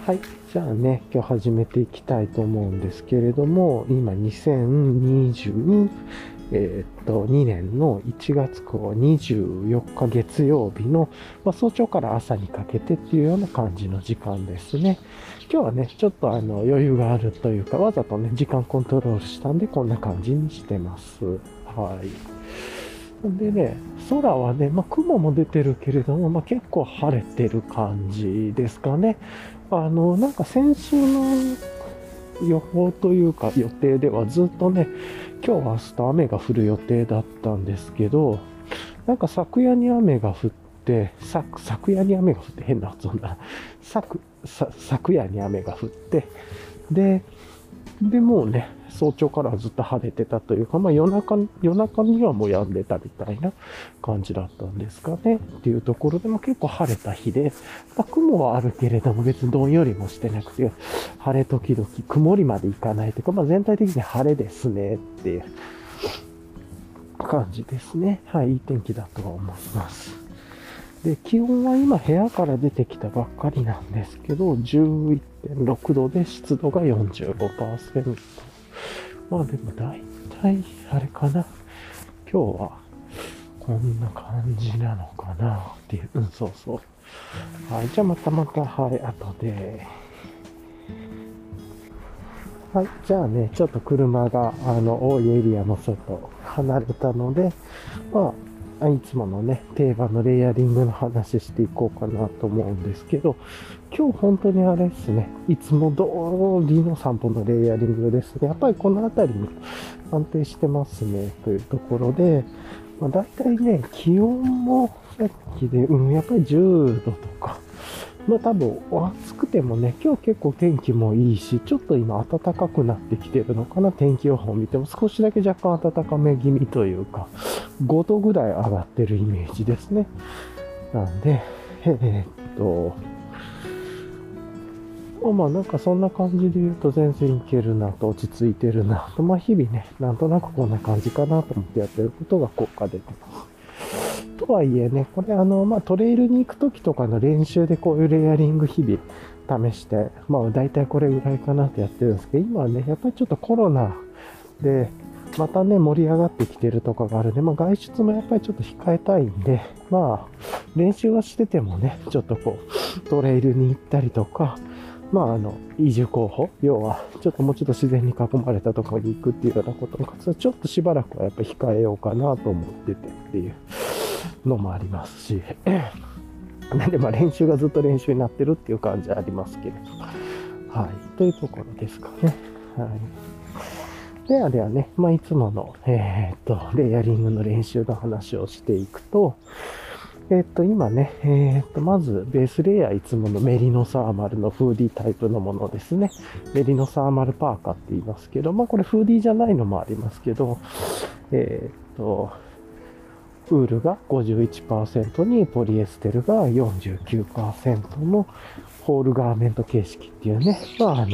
はい。じゃあね、今日始めていきたいと思うんですけれども、今2020、2年の1月24日月曜日の、早朝から朝にかけてっていうような感じの時間ですね。今日はね、ちょっと余裕があるというか、わざとね、時間コントロールしたんで、こんな感じにしてます。はい。でね、空はね、雲も出てるけれども、結構晴れてる感じですかね。なんか先週の予報というか予定ではずっとね、今日明日雨が降る予定だったんですけど、なんか昨夜に雨が降って、昨夜に雨が降って変な発音だな。昨夜に雨が降って、で、もうね、早朝からずっと晴れてたというか、夜中にはもう止んでたみたいな感じだったんですかね。っていうところでも結構晴れた日で、雲はあるけれども別にどんよりもしてなくて、晴れ時々曇りまでいかないというか、全体的に晴れですねっていう感じですね。はい、いい天気だとは思います。で、気温は今部屋から出てきたばっかりなんですけど、11.6度で湿度が 45%。でも大体、あれかな。今日はこんな感じなのかなっていう。そうそう。はい。じゃあまた、はい、後で。はい。じゃあね、ちょっと車が、多いエリアの外、離れたので、いつものね、定番のレイヤリングの話していこうかなと思うんですけど、今日本当にあれですね、いつも通りの散歩のレイヤリングですね。やっぱりこの辺りに安定してますね、というところで、だいたいね、気温もさっきで、やっぱり10度とか、多分暑くてもね、今日結構天気もいいし、ちょっと今暖かくなってきてるのかな、天気予報を見ても少しだけ若干暖かめ気味というか、5度ぐらい上がってるイメージですね。なんで、なんかそんな感じで言うと全然いけるなと、落ち着いてるなと、日々ね、なんとなくこんな感じかなと思ってやってることが効果出てます。とはいえね、これトレイルに行くときとかの練習でこういうレイヤリング日々試して、大体これぐらいかなってやってるんですけど、今はね、やっぱりちょっとコロナで、またね、盛り上がってきてるとかがあるんで、外出もやっぱりちょっと控えたいんで、練習はしててもね、ちょっとこう、トレイルに行ったりとか、移住候補、要は、ちょっともうちょっと自然に囲まれたところに行くっていうようなことの活動、ちょっとしばらくはやっぱり控えようかなと思っててっていうのもありますし、なんで練習がずっと練習になってるっていう感じはありますけれど、はい、というところですかね。はい。ではね、いつもの、レイヤリングの練習の話をしていくと、今ね、まず、ベースレイヤーいつものメリノサーマルのフーディータイプのものですね。メリノサーマルパーカーって言いますけど、これフーディーじゃないのもありますけど、ウールが 51% にポリエステルが 49% のホールガーメント形式っていうね、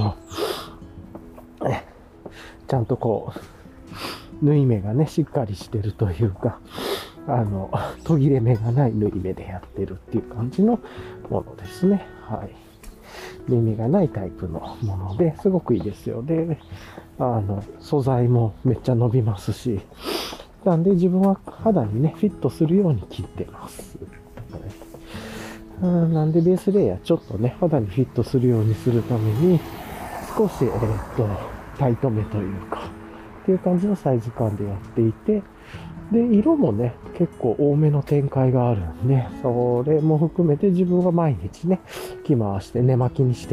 ちゃんとこう、縫い目がね、しっかりしてるというか、途切れ目がない縫い目でやってるっていう感じのものですね。はい。縫い目がないタイプのもので、すごくいいですよ。で、素材もめっちゃ伸びますし、なんで自分は肌にね、フィットするように切ってます。はい、なんでベースレイヤーちょっとね、肌にフィットするようにするために、少し、タイトめというか、っていう感じのサイズ感でやっていて、で、色もね、結構多めの展開があるんで、それも含めて自分は毎日ね、着回して、寝巻きにして、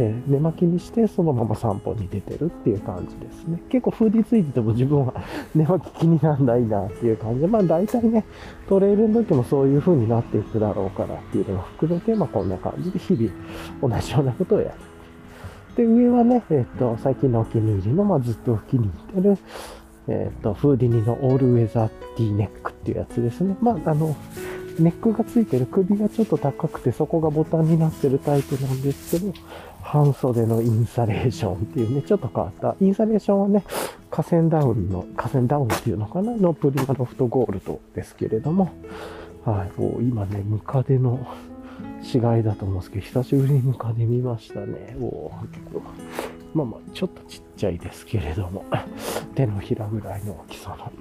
そのまま散歩に出てるっていう感じですね。結構フーディーついてても自分は寝巻き気にならないなっていう感じで、大体ね、トレイルの時もそういう風になっていくだろうからっていうのを含めて、こんな感じで日々同じようなことをやる。で、上はね、最近のお気に入りの、ずっと気に入ってる、フーディニのオールウェザーティーネックっていうやつですね。ネックがついてる首がちょっと高くてそこがボタンになってるタイプなんですけど、半袖のインサレーションっていうね、ちょっと変わった。インサレーションはね、河川ダウンっていうのかなのプリマロフトゴールドですけれども、はい、今ね、ムカデの死骸だと思うんですけど、久しぶりにムカデ見ましたね。まあまあ、ちょっとちっちゃいですけれども、手のひらぐらいの大きさの。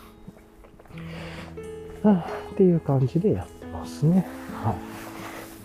っていう感じでやってますね。はい。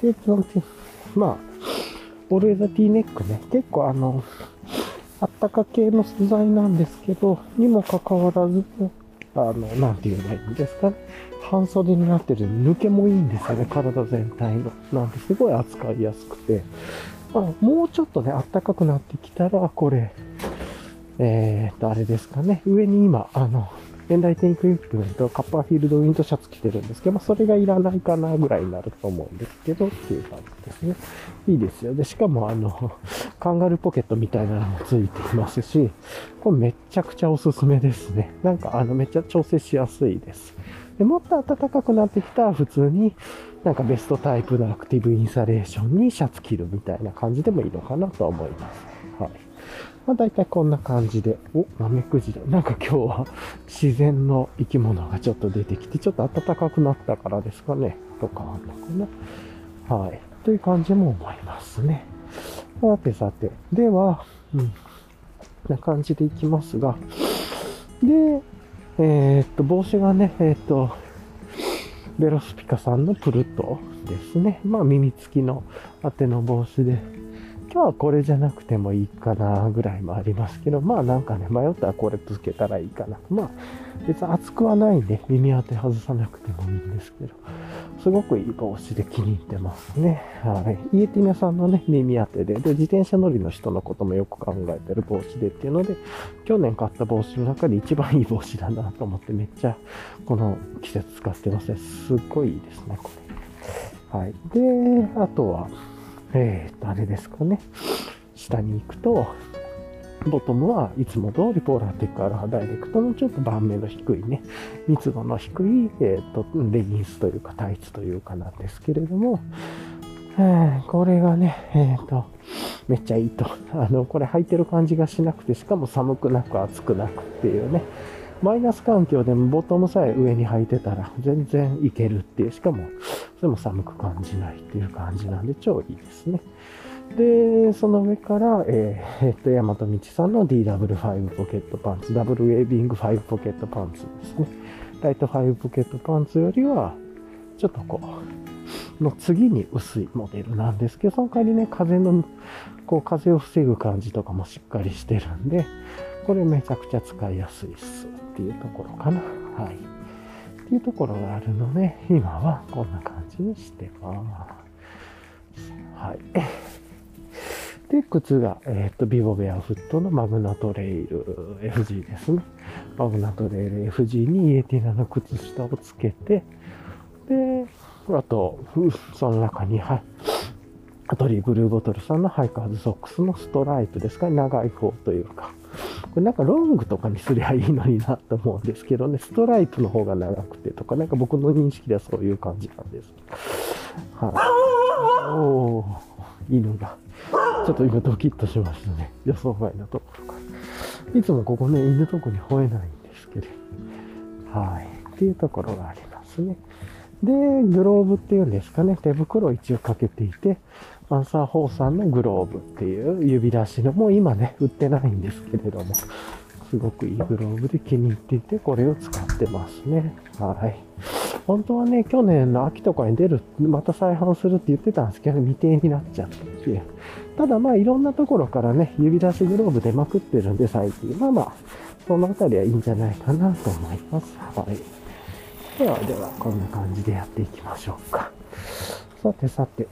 で、まあ、オールウェザー T ネックね、結構あったか系の素材なんですけど、にもかかわらず、なんて言えばいいんですかね。半袖になってる抜けもいいんですよね、体全体の。なんで、すごい扱いやすくて。もうちょっとね、暖かくなってきたら、これ、あれですかね。上に今、エンライテンイクイプメント、カッパーフィールドウィンドシャツ着てるんですけど、それがいらないかなぐらいになると思うんですけど、っていう感じですね。いいですよ。で、しかもカンガルーポケットみたいなのもついていますし、これめちゃくちゃおすすめですね。なんかめっちゃ調整しやすいです。で、もっと暖かくなってきたら普通になんかベストタイプのアクティブインサレーションにシャツ着るみたいな感じでもいいのかなとは思います。はい。まあ大体こんな感じで、ナメクジラ。なんか今日は自然の生き物がちょっと出てきて、ちょっと暖かくなったからですかね。とかあるのかな。はい。という感じも思いますね。さてさて。では、こんな感じでいきますが。で、帽子がね、ベロスピカさんのプルトですね。まあ耳付きの当ての帽子で。今日はこれじゃなくてもいいかなぐらいもありますけど、まあなんかね、迷ったらこれつけたらいいかな。まあ別に熱くはないんで耳当て外さなくてもいいんですけど、すごくいい帽子で気に入ってますね。はい。イエティナさんのね、耳当てで、自転車乗りの人のこともよく考えてる帽子でっていうので、去年買った帽子の中で一番いい帽子だなと思ってめっちゃこの季節使ってますね。すっごいいいですね、これ。はい。で、あとは、あれですかね。下に行くと、ボトムはいつも通りポーラーテックアロハダイレクトのちょっと盤面の低いね、密度の低い、レギンスというかタイツというかなんですけれども、これがね、めっちゃいいと。これ履いてる感じがしなくて、しかも寒くなく暑くなくっていうね、マイナス環境でもボトムさえ上に履いてたら全然いけるっていう、しかもそれも寒く感じないっていう感じなんで超いいですね。で、その上から、大和道さんの DW5 ポケットパンツ、ダブルウェービング5ポケットパンツですね。ライト5ポケットパンツよりは、ちょっとの次に薄いモデルなんですけど、その代わりね、風を防ぐ感じとかもしっかりしてるんで、これめちゃくちゃ使いやすいっすっていうところかな。はい。っていうところがあるので、今はこんな感じにしてます。はい。で、靴が、ビボベアフットのマグナトレイル FG ですね。マグナトレイル FG にイエティナの靴下をつけて、で、あと、その中に、トリブルーボトルさんのハイカーズソックスのストライプですかね。長い方というか。これなんかロングとかにすりゃいいのになと思うんですけどね。ストライプの方が長くてとか、なんか僕の認識ではそういう感じなんです。はい。犬が。ちょっと今ドキッとしましたね。予想外のところから。いつもここね、犬特に吠えないんですけど。はい。っていうところがありますね。で、グローブっていうんですかね。手袋を一応かけていて、アンサー4さんのグローブっていう指出しの、もう今ね、売ってないんですけれども、すごくいいグローブで気に入っていて、これを使ってますね。はい。本当はね、去年の秋とかにまた再販するって言ってたんですけど、未定になっちゃったし、ただまあいろんなところからね、指出しグローブ出まくってるんで最近。まあまあ、そのあたりはいいんじゃないかなと思います。はい。では、こんな感じでやっていきましょうか。さて、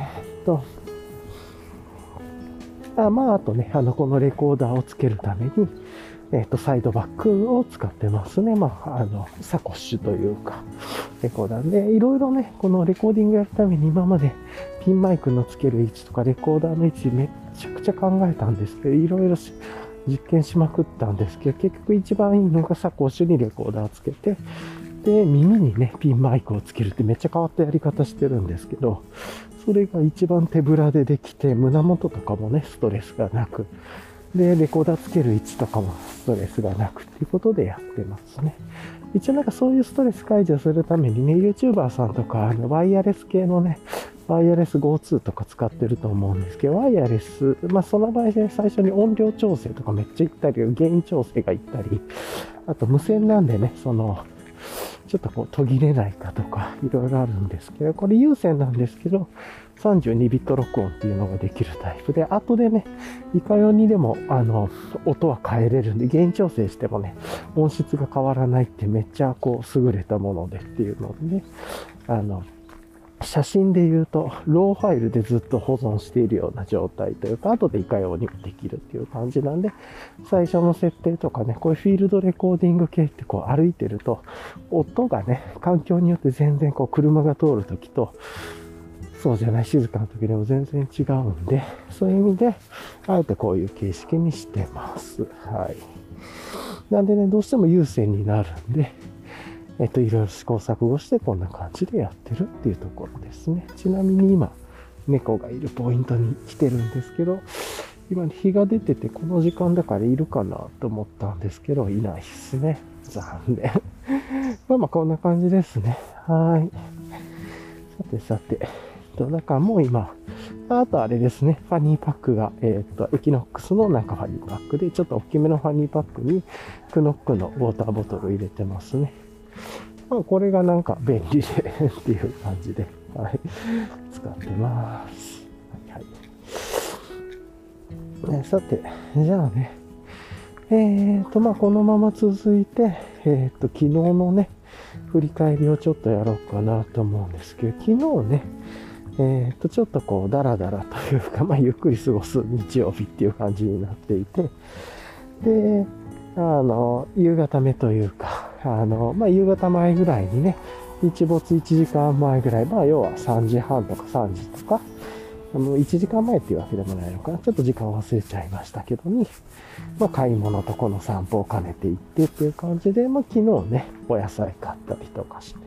あとね、このレコーダーをつけるために、サイドバックを使ってますね。サコッシュというか、レコーダーで、いろいろね、このレコーディングやるために今までピンマイクのつける位置とかレコーダーの位置めちゃくちゃ考えたんですけど、いろいろ実験しまくったんですけど、結局一番いいのがサコッシュにレコーダーつけて、で、耳にね、ピンマイクをつけるってめっちゃ変わったやり方してるんですけど、それが一番手ぶらでできて、胸元とかもね、ストレスがなく、で、レコーダーつける位置とかもストレスがなくっていうことでやってますね。一応なんかそういうストレス解除するためにね、YouTuber さんとか、ワイヤレス系のね、 ワイヤレス GO2 とか使ってると思うんですけど、ワイヤレス、その場合で最初に音量調整とかめっちゃいったり、ゲイン調整がいったり、あと無線なんでね、ちょっと途切れないかとか、いろいろあるんですけど、これ有線なんですけど、32ビット録音っていうのができるタイプで、後でね、いかようにでも、音は変えれるんで、ゲイン調整してもね、音質が変わらないってめっちゃ優れたものでっていうのでね、写真で言うと、ローファイルでずっと保存しているような状態というか、後でいかようにもできるっていう感じなんで、最初の設定とかね、こういうフィールドレコーディング系って歩いてると、音がね、環境によって全然車が通るときと、そうじゃない静かな時でも全然違うんで、そういう意味で、あえてこういう形式にしてます。はい。なんでね、どうしても有線になるんで、いろいろ試行錯誤してこんな感じでやってるっていうところですね。ちなみに今、猫がいるポイントに来てるんですけど、今日が出ててこの時間だからいるかなと思ったんですけど、いないですね。残念。こんな感じですね。はい。さて。だからもう今、あとあれですね、ファニーパックが、エキノックスのファニーパックで、ちょっと大きめのファニーパックに、クノックのウォーターボトル入れてますね。これが便利でっていう感じで、はい、使ってます。はい。さて、じゃあね、このまま続いて、昨日のね、振り返りをちょっとやろうかなと思うんですけど、昨日ね、ちょっとダラダラというか、ゆっくり過ごす日曜日っていう感じになっていて、で、夕方目というか、夕方前ぐらいにね、日没1時間前ぐらい、要は3時半とか3時とか、1時間前っていうわけでもないのかな。ちょっと時間忘れちゃいましたけどに、買い物とこの散歩を兼ねていってっていう感じで、昨日ね、お野菜買ったりとかして、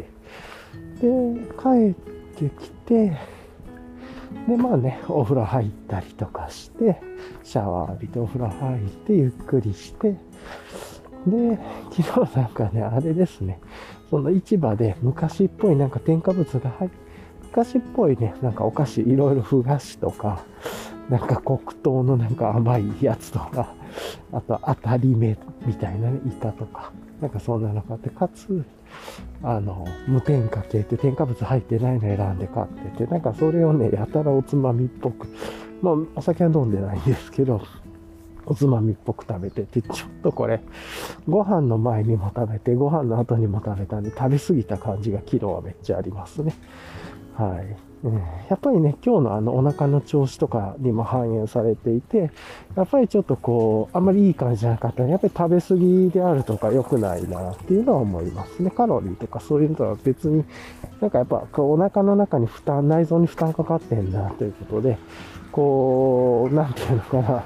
で、帰ってきて、で、お風呂入ったりとかして、シャワー浴びてお風呂入ってゆっくりして、で、昨日あれですね、その市場で昔っぽい添加物が入って、昔っぽいね、お菓子、いろいろ麩菓子とか、黒糖の甘いやつとか、あと当たり目みたいなね、イカとか、そんなの買って、かつ、無添加系って添加物入ってないの選んで買ってて、それをね、やたらおつまみっぽく、お酒は飲んでないんですけど、おつまみっぽく食べてて、ちょっとこれ、ご飯の前にも食べて、ご飯の後にも食べたんで、食べ過ぎた感じが昨日はめっちゃありますね。はい。やっぱりね、今日のお腹の調子とかにも反映されていて、やっぱりちょっとあんまりいい感じじゃなかったら、やっぱり食べ過ぎであるとか良くないなっていうのは思いますね。カロリーとかそういうのとは別に、やっぱお腹の中に内臓に負担かかってんなということで、なんていうのかな、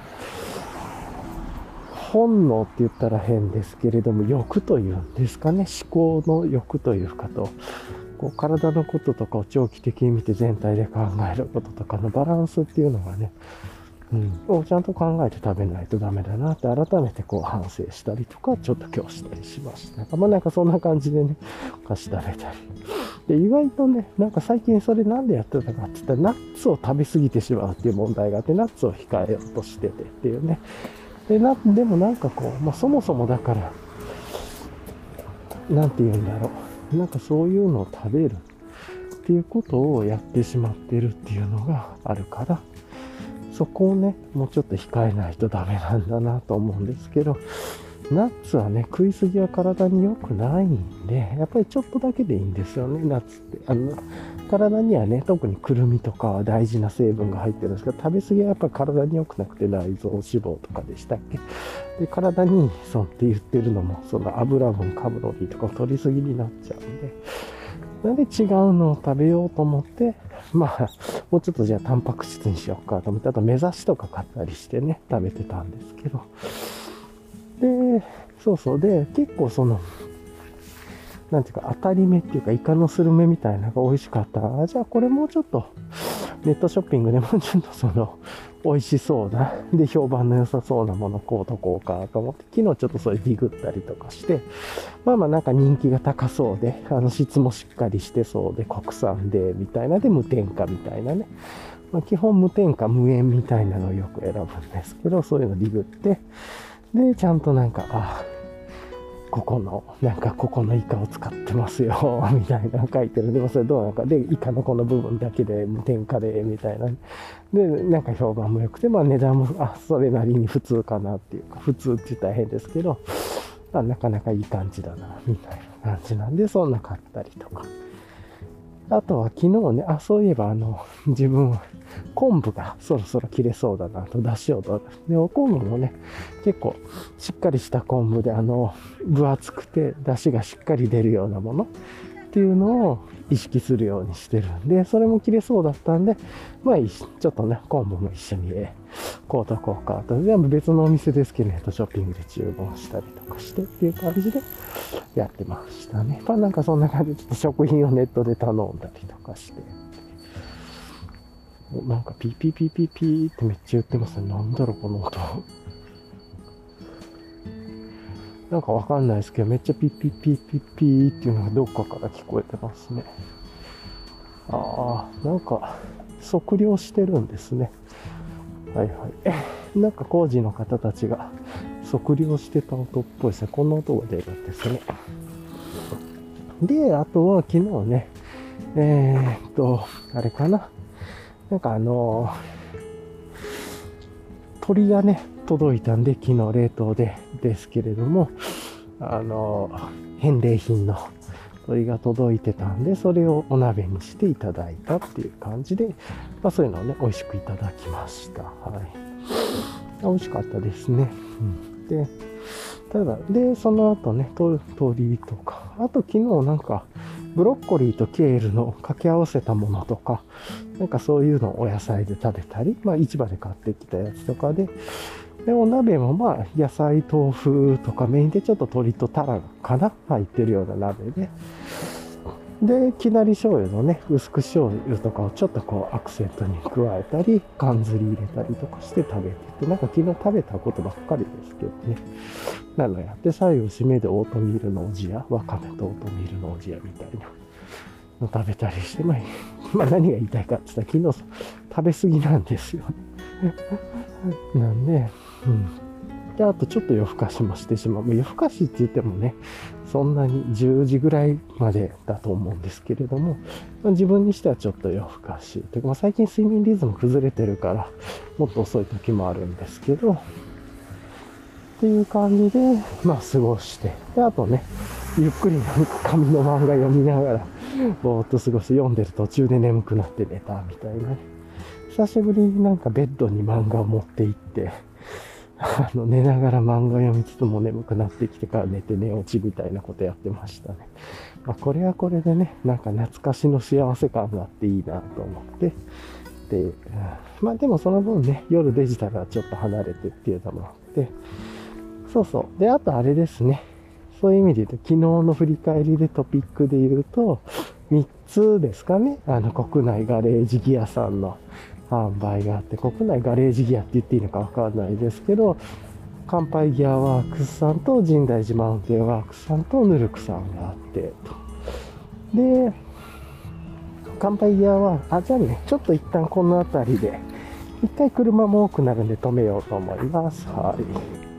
本能って言ったら変ですけれども、欲というんですかね、思考の欲というかと、体のこととかを長期的に見て全体で考えることとかのバランスっていうのがね、をちゃんと考えて食べないとダメだなって改めて反省したりとか、ちょっと今日したりしました。そんな感じでね、お菓子食べたり。で、意外とね、最近それなんでやってたかって言ったら、ナッツを食べ過ぎてしまうっていう問題があって、ナッツを控えようとしててっていうね。でもそもそもだから、なんて言うんだろう。そういうのを食べるっていうことをやってしまってるっていうのがあるから、そこをね、もうちょっと控えないとダメなんだなと思うんですけど、ナッツはね、食いすぎは体に良くないんで、やっぱりちょっとだけでいいんですよね、ナッツって。体にはね、特にくるみとかは大事な成分が入ってるんですけど、食べ過ぎはやっぱり体に良くなくて内臓脂肪とかでしたっけ。で、体に損って言ってるのも、その油分、カロリーとかを取りすぎになっちゃうんで、なんで違うのを食べようと思って、もうちょっとじゃあタンパク質にしようかと思って、あと目指しとか買ったりしてね、食べてたんですけど。で、で、結構なんていうか、当たり目っていうか、イカのスルメみたいなのが美味しかったから、じゃあこれもうちょっと、ネットショッピングでもうちょっと美味しそうな、で、評判の良さそうなものこうとこうかと思って、昨日ちょっとそれディグったりとかして、まあまあなんか人気が高そうで、質もしっかりしてそうで、国産で、みたいなで、無添加みたいなね。まあ、基本無添加、無塩みたいなのをよく選ぶんですけど、そういうのディグって、で、ちゃんとなんか、ここのイカを使ってますよ、みたいなの書いてる。でもそれどうなんか、で、イカのこの部分だけで無添加で、みたいな。で、なんか評判も良くて、まあ値段も、それなりに普通かなっていうか、普通って言ったら変ですけど、なかなかいい感じだな、みたいな感じなんで、そんな買ったりとか。あとは昨日ね、そういえば自分、昆布がそろそろ切れそうだなと、出汁を取る。で、お昆布もね、結構しっかりした昆布で、分厚くて出汁がしっかり出るようなものっていうのを意識するようにしてるんで、それも切れそうだったんで、まあ、ちょっとね、昆布も一緒に、こうとこうかと、全部別のお店ですけど、ネットショッピングで注文したりとかしてっていう感じでやってましたね。まあなんかそんな感じでちょっと食品をネットで頼んだりとかして、なんかピーピーピーピーピーってめっちゃ言ってますね。なんだろうこの音。なんかわかんないですけど、めっちゃピーピーピーピーピーっていうのがどっかから聞こえてますね。なんか測量してるんですね。はいはい。なんか工事の方たちが測量してた音っぽいですね。こんな音が出るんですね。で、あとは昨日ね、あれかな。なんか鳥がね、届いたんで、昨日冷凍ですけれども、返礼品の鳥が届いてたんで、それをお鍋にしていただいたっていう感じで、まあそういうのをね、美味しくいただきました。はい。美味しかったですね。で、その後ね、鳥とか、あと昨日なんか、ブロッコリーとケールの掛け合わせたものとか、なんかそういうのをお野菜で食べたり、まあ市場で買ってきたやつとかで、お鍋もまあ野菜、豆腐とかメインでちょっと鶏とタラかな入ってるような鍋で、で、きなり醤油のね、薄く醤油とかをちょっとこうアクセントに加えたり、缶ずり入れたりとかして食べてて、なんか昨日食べたことばっかりですけどね。なのやって、最後締めでオートミールのおじや、わかめとオートミールのおじやみたいなの食べたりして、まあ何が言いたいかって言ったら昨日食べ過ぎなんですよね。なんで、で、あとちょっと夜更かしもしてしまう。夜更かしって言ってもね、そんなに10時ぐらいまでだと思うんですけれども、自分にしてはちょっと夜更かし。というか、最近睡眠リズム崩れてるから、もっと遅い時もあるんですけど、っていう感じで、まあ過ごして。で、あとね、ゆっくり紙の漫画読みながら、ぼーっと過ごして読んでる途中で眠くなって寝たみたいなね。久しぶりになんかベッドに漫画を持って行って、寝ながら漫画読みつつも眠くなってきてから寝て寝落ちみたいなことやってましたね。まあこれはこれでね、なんか懐かしの幸せ感があっていいなと思って。で、まあでもその分ね、夜デジタルはちょっと離れてっていうのもあって、そうそう。で、あとあれですね。そういう意味で言うと、昨日の振り返りでトピックで言うと、3つですかね。国内ガレージギアさんの販売があって、国内ガレージギアって言っていいのかわかんないですけど、乾杯ギアワークスさんと深大寺マウンテンワークスさんとヌルクさんがあって、で、乾杯ギアは、じゃあね、ちょっと一旦この辺りで、一回車も多くなるんで止めようと思います。はい。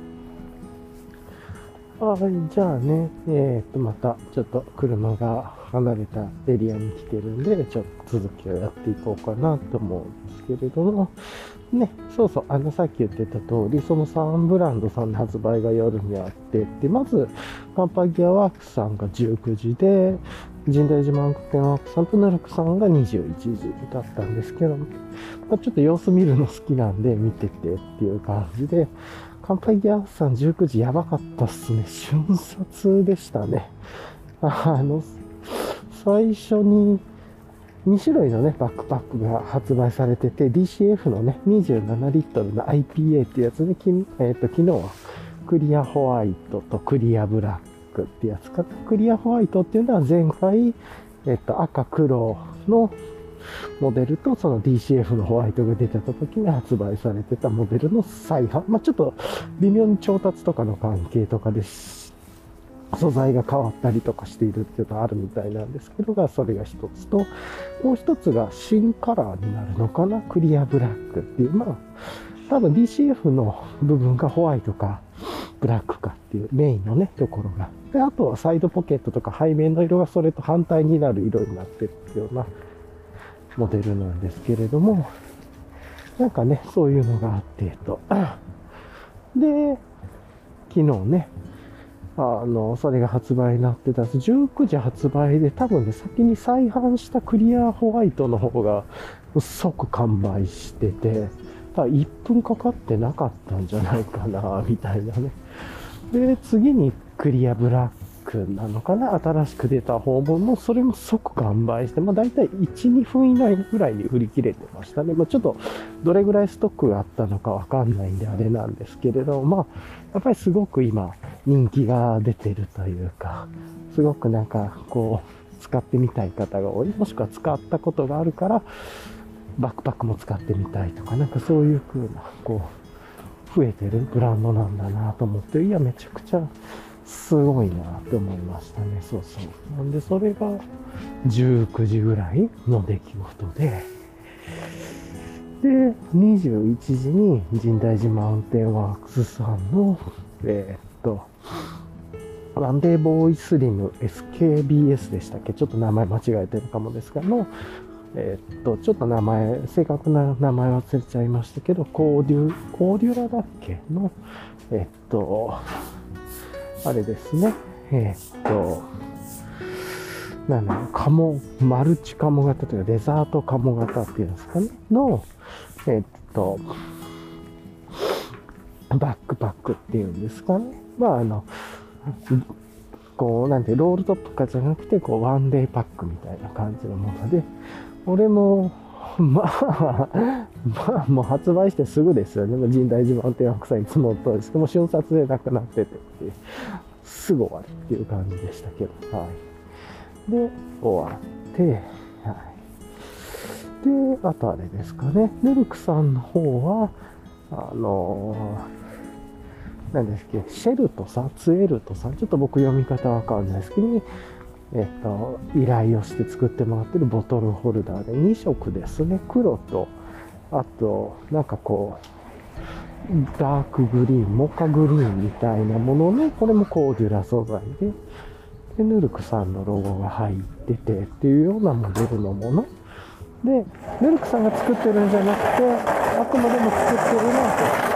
じゃあね、またちょっと車が離れたエリアに来てるんで、ちょっと続きをやっていこうかなと思うんですけれども、ね、そうそう、さっき言ってた通り、その3ブランドさんの発売が夜にあって、で、まず、乾杯ギアワークスさんが19時で、深大寺マウンテンワークスさんとヌルクさんが21時だったんですけど、ちょっと様子見るの好きなんで見ててっていう感じで、乾杯ギアさん19時やばかったっすね。瞬殺でしたね。最初に2種類のね、バックパックが発売されてて、DCF のね、27リットルの IPA ってやつで、昨日はクリアホワイトとクリアブラックってやつか。クリアホワイトっていうのは前回、赤黒のモデルと、その DCF のホワイトが出てた時に発売されてたモデルの再販。まあ、ちょっと微妙に調達とかの関係とかで素材が変わったりとかしているっていうのはあるみたいなんですけどが、それが一つと、もう一つが新カラーになるのかな、クリアブラックっていう、まあ、多分 DCF の部分がホワイトかブラックかっていうメインのね、ところが。で、あとはサイドポケットとか背面の色がそれと反対になる色になってるっていうようなモデルなんですけれども、なんかね、そういうのがあって、で、昨日ね、それが発売になってた19時発売で、多分ね、先に再販したクリアホワイトの方が即完売してて、ただ1分かかってなかったんじゃないかな、みたいなね。で、次にクリアブラックなのかな、新しく出た方もそれも即完売して、まあ大体1、2分以内ぐらいに売り切れてましたね。まあちょっとどれぐらいストックがあったのかわかんないんであれなんですけれど、まあやっぱりすごく今人気が出てるというか、すごくなんかこう使ってみたい方が多い、もしくは使ったことがあるからバックパックも使ってみたいとか、なんかそういう風なこう増えてるブランドなんだなと思って、いやめちゃくちゃすごいなって思いましたね。そうそう。なんでそれが19時ぐらいの出来事で、で、21時に神代寺マウンテンワークスさんの、ワンデーボーイスリム SKBS でしたっけ、ちょっと名前間違えてるかもですがの、ちょっと名前、正確な名前忘れちゃいましたけど、コーデュラだっけの、あれですね、マルチカモ型というか、デザートカモ型っていうんですかね、の、バックパックっていうんですかね。まあ、こう、なんて、ロールトップかじゃなくて、こう、ワンデーパックみたいな感じのもので、俺も、もう発売してすぐですよね。神代寺マウンテンワークさんいつもとですけども、瞬殺でなくなっててっていう、すぐ終わりっていう感じでしたけど、はい。で、終わって、はい。で、あとあれですかね、ヌルクさんの方は、何ですっけ、シェルトさん、ツエルトさん、ちょっと僕読み方わかんないですけど、依頼をして作ってもらってるボトルホルダーで2色ですね。黒と、あと、なんかこう、ダークグリーン、モカグリーンみたいなものの、これもコーデュラ素材で、ヌルクさんのロゴが入っててっていうようなモデルのもの。で、ヌルクさんが作ってるんじゃなくて、あくまでも作ってるのは、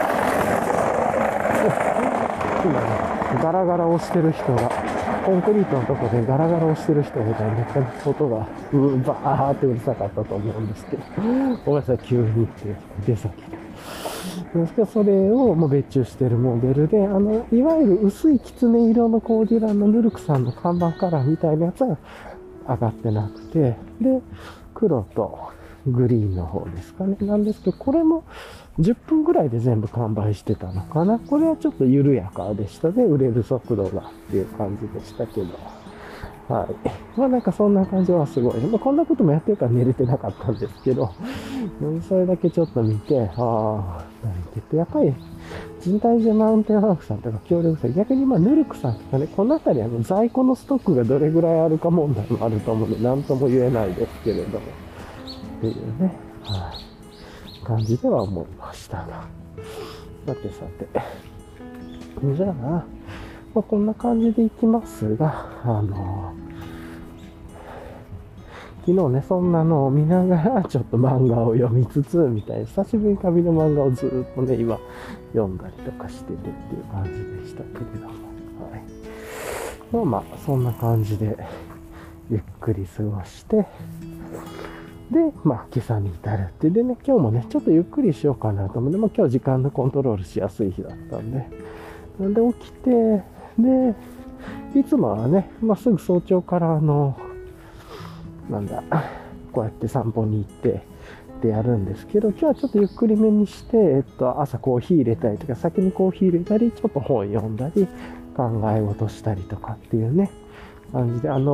今ね、ガラガラをしてる人が、コンクリートのとこでガラガラをしてる人みたいな音が、バーってうるさかったと思うんですけど、ごめんなさい、急にって出先ですけど、それをもう別注してるモデルで、いわゆる薄いキツネ色のコーデュラのヌルクさんの看板カラーみたいなやつは上がってなくて、で、黒とグリーンの方ですかね。なんですけど、これも10分ぐらいで全部完売してたのかな。これはちょっと緩やかでしたね。売れる速度がっていう感じでしたけど。はい。まあなんかそんな感じはすごい。まあこんなこともやってるから寝れてなかったんですけど、それだけちょっと見て、なんて言って、やっぱり、神代寺マウンテンワークさんとか協力さん、逆にヌルクさんとかね、このあたり在庫のストックがどれぐらいあるか問題もあると思うので、なんとも言えないですけれども、っていうね、はい、感じでは思いましたが。さてさて。じゃあ、まあ、こんな感じでいきますが、昨日ね、そんなのを見ながら、ちょっと漫画を読みつつ、みたいな、久しぶりに紙の漫画をずっとね、今、読んだりとかしてるっていう感じでしたけれども、はい。まあ、そんな感じで、ゆっくり過ごして、で、まあ、今朝に至るって。でね、今日もね、ちょっとゆっくりしようかなと思って、まあ、今日時間のコントロールしやすい日だったんで、なんで起きて、で、いつもはね、まあ、すぐ早朝からこうやって散歩に行ってでやるんですけど、今日はちょっとゆっくりめにして、朝コーヒー入れたりとか、先にコーヒー入れたり、ちょっと本読んだり、考え事したりとかっていうね、感じで、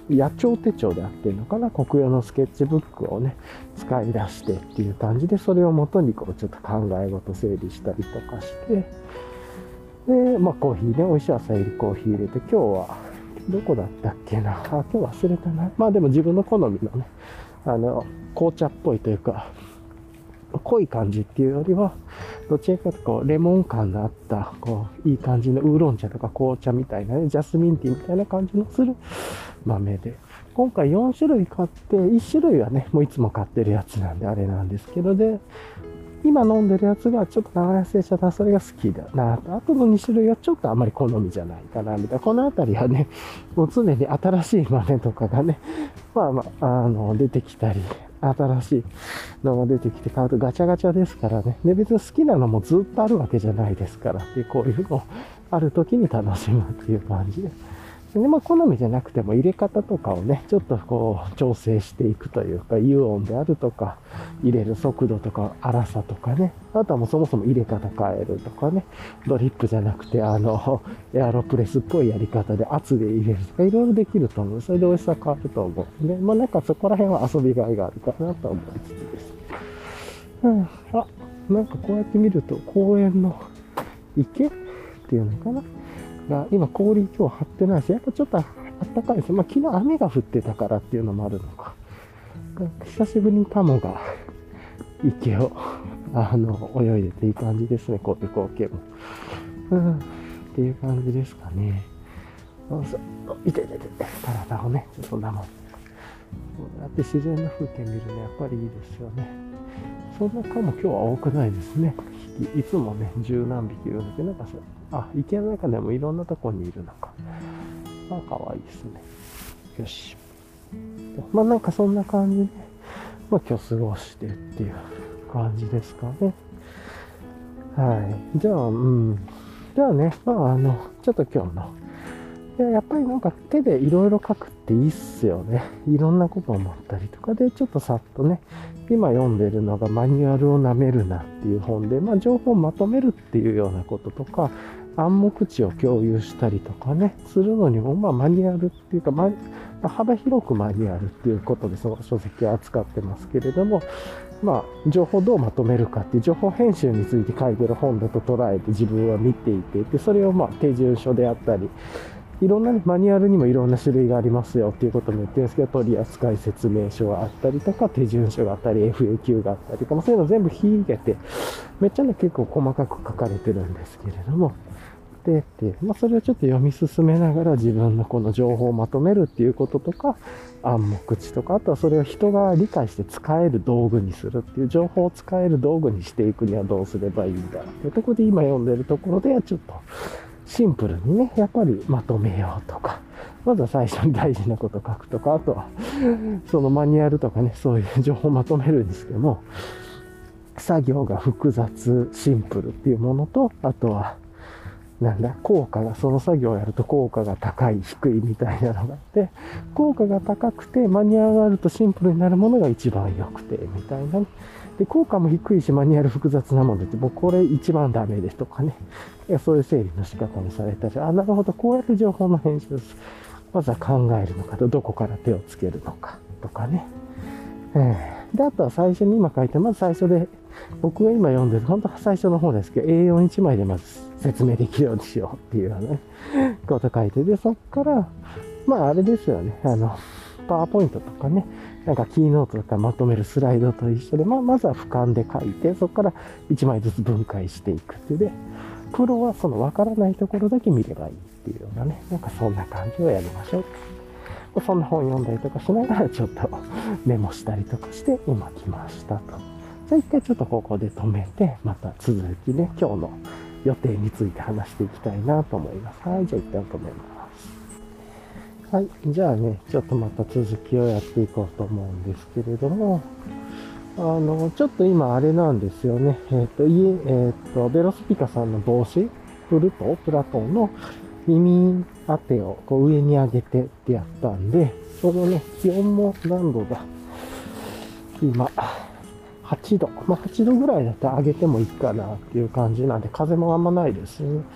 野鳥手帳であってるのかな、国用のスケッチブックをね、使い出してっていう感じで、それをもとにこうちょっと考え事整理したりとかして、で、まあコーヒーね、美味しい朝入りコーヒー入れて、今日は、どこだったっけな、今日忘れたな。まあでも自分の好みのね、紅茶っぽいというか、濃い感じっていうよりは、どちらかというとこうレモン感のあった、こう、いい感じのウーロン茶とか紅茶みたいなね、ジャスミンティーみたいな感じのする豆で、今回4種類買って、1種類はね、もういつも買ってるやつなんであれなんですけど、で、今飲んでるやつがちょっと長痩せしちゃった、それが好きだなと。あとの2種類はちょっとあまり好みじゃないかな、みたいな。このあたりはね、もう常に新しい豆とかがね、まあまあ、出てきたり、新しいのが出てきて買うとガチャガチャですからね。で、別に好きなのもずっとあるわけじゃないですからっていう、こういうのをある時に楽しむっていう感じで。で、まあ、好みじゃなくても入れ方とかをね、ちょっとこう、調整していくというか、油温であるとか、入れる速度とか、粗さとかね、あとはもうそもそも入れ方変えるとかね、ドリップじゃなくて、エアロプレスっぽいやり方で圧で入れるとか、いろいろできると思う。それで美味しさ変わると思う。で、まあ、なんかそこら辺は遊びがいがあるかなと思いつつです。あ、なんかこうやって見ると、公園の池っていうのかなが、今氷今日張ってないし、やっぱちょっとあったかいです。まあ昨日雨が降ってたからっていうのもあるのか。久しぶりにタモが池を、泳いでていい感じですね、こういう光景も。っていう感じですかね。いててて、体をね、ちょっと生。こうやって自然の風景見るのやっぱりいいですよね。そんな蚊も今日は多くないですね。いつもね、十何匹いるんだけど、なんか池の中でもいろんなとこにいるのか。まあ、可愛いですね。よし。まあ、なんかそんな感じで、まあ、今日過ごしてっていう感じですかね。はい。じゃあね、まあ、ちょっと今日の、やっぱりなんか手でいろいろ書くっていいっすよね。いろんなことを思ったりとかで、ちょっとさっとね、今読んでるのがマニュアルを舐めるなっていう本で、まあ情報をまとめるっていうようなこととか、暗黙知を共有したりとかね、するのにも、まあマニュアルっていうか、幅広くマニュアルっていうことでその書籍を扱ってますけれども、まあ情報をどうまとめるかっていう情報編集について書いてる本だと捉えて自分は見ていて、それをまあ手順書であったり、いろんな、ね、マニュアルにもいろんな種類がありますよっていうことも言ってるんですけど、取扱説明書があったりとか、手順書があったり、FAQ があったりとか、そういうの全部引いて、めっちゃね、結構細かく書かれてるんですけれども、まあ、それをちょっと読み進めながら自分のこの情報をまとめるっていうこととか、暗黙知とか、あとはそれを人が理解して使える道具にするっていう、情報を使える道具にしていくにはどうすればいいんだっていうところで、今読んでるところではちょっと、シンプルにね、やっぱりまとめようとか、まずは最初に大事なことを書くとか、あとは、そのマニュアルとかね、そういう情報をまとめるにしても、作業が複雑、シンプルっていうものと、あとは、効果が、その作業をやると効果が高い、低いみたいなのがあって、効果が高くてマニュアルがあるとシンプルになるものが一番良くて、みたいな。で、効果も低いし、マニュアル複雑なもので、もうこれ一番ダメですとかね。そういう整理の仕方もされたり、なるほど、こうやって情報の編集です。まずは考えるのかと、どこから手をつけるのかとかね。で、あとは最初に今書いて、まず最初で、僕が今読んでる、本当は最初の方ですけど、A41 枚でまず説明できるようにしようっていうようなね、こと書いて、で、そっから、まああれですよね、パワーポイントとかね、なんかキーノートとかまとめるスライドと一緒で、まずは俯瞰で書いて、そこから1枚ずつ分解していくっていうで、プロはその分からないところだけ見ればいいっていうようなね、なんかそんな感じをやりましょう。そんな本読んだりとかしながらちょっとメモしたりとかして今来ましたと。じゃあ一回ちょっとここで止めて、また続きね、今日の予定について話していきたいなと思います。はい、じゃあ一旦止めます。はい、じゃあね、ちょっとまた続きをやっていこうと思うんですけれども、ちょっと今あれなんですよね。ベロスピカさんの帽子、プラトンの耳当てをこう上に上げてってやったんで、ちょうどね、気温も何度だ今、8度。まあ、8度ぐらいだったら上げてもいいかなっていう感じなんで、風もあんまないですね。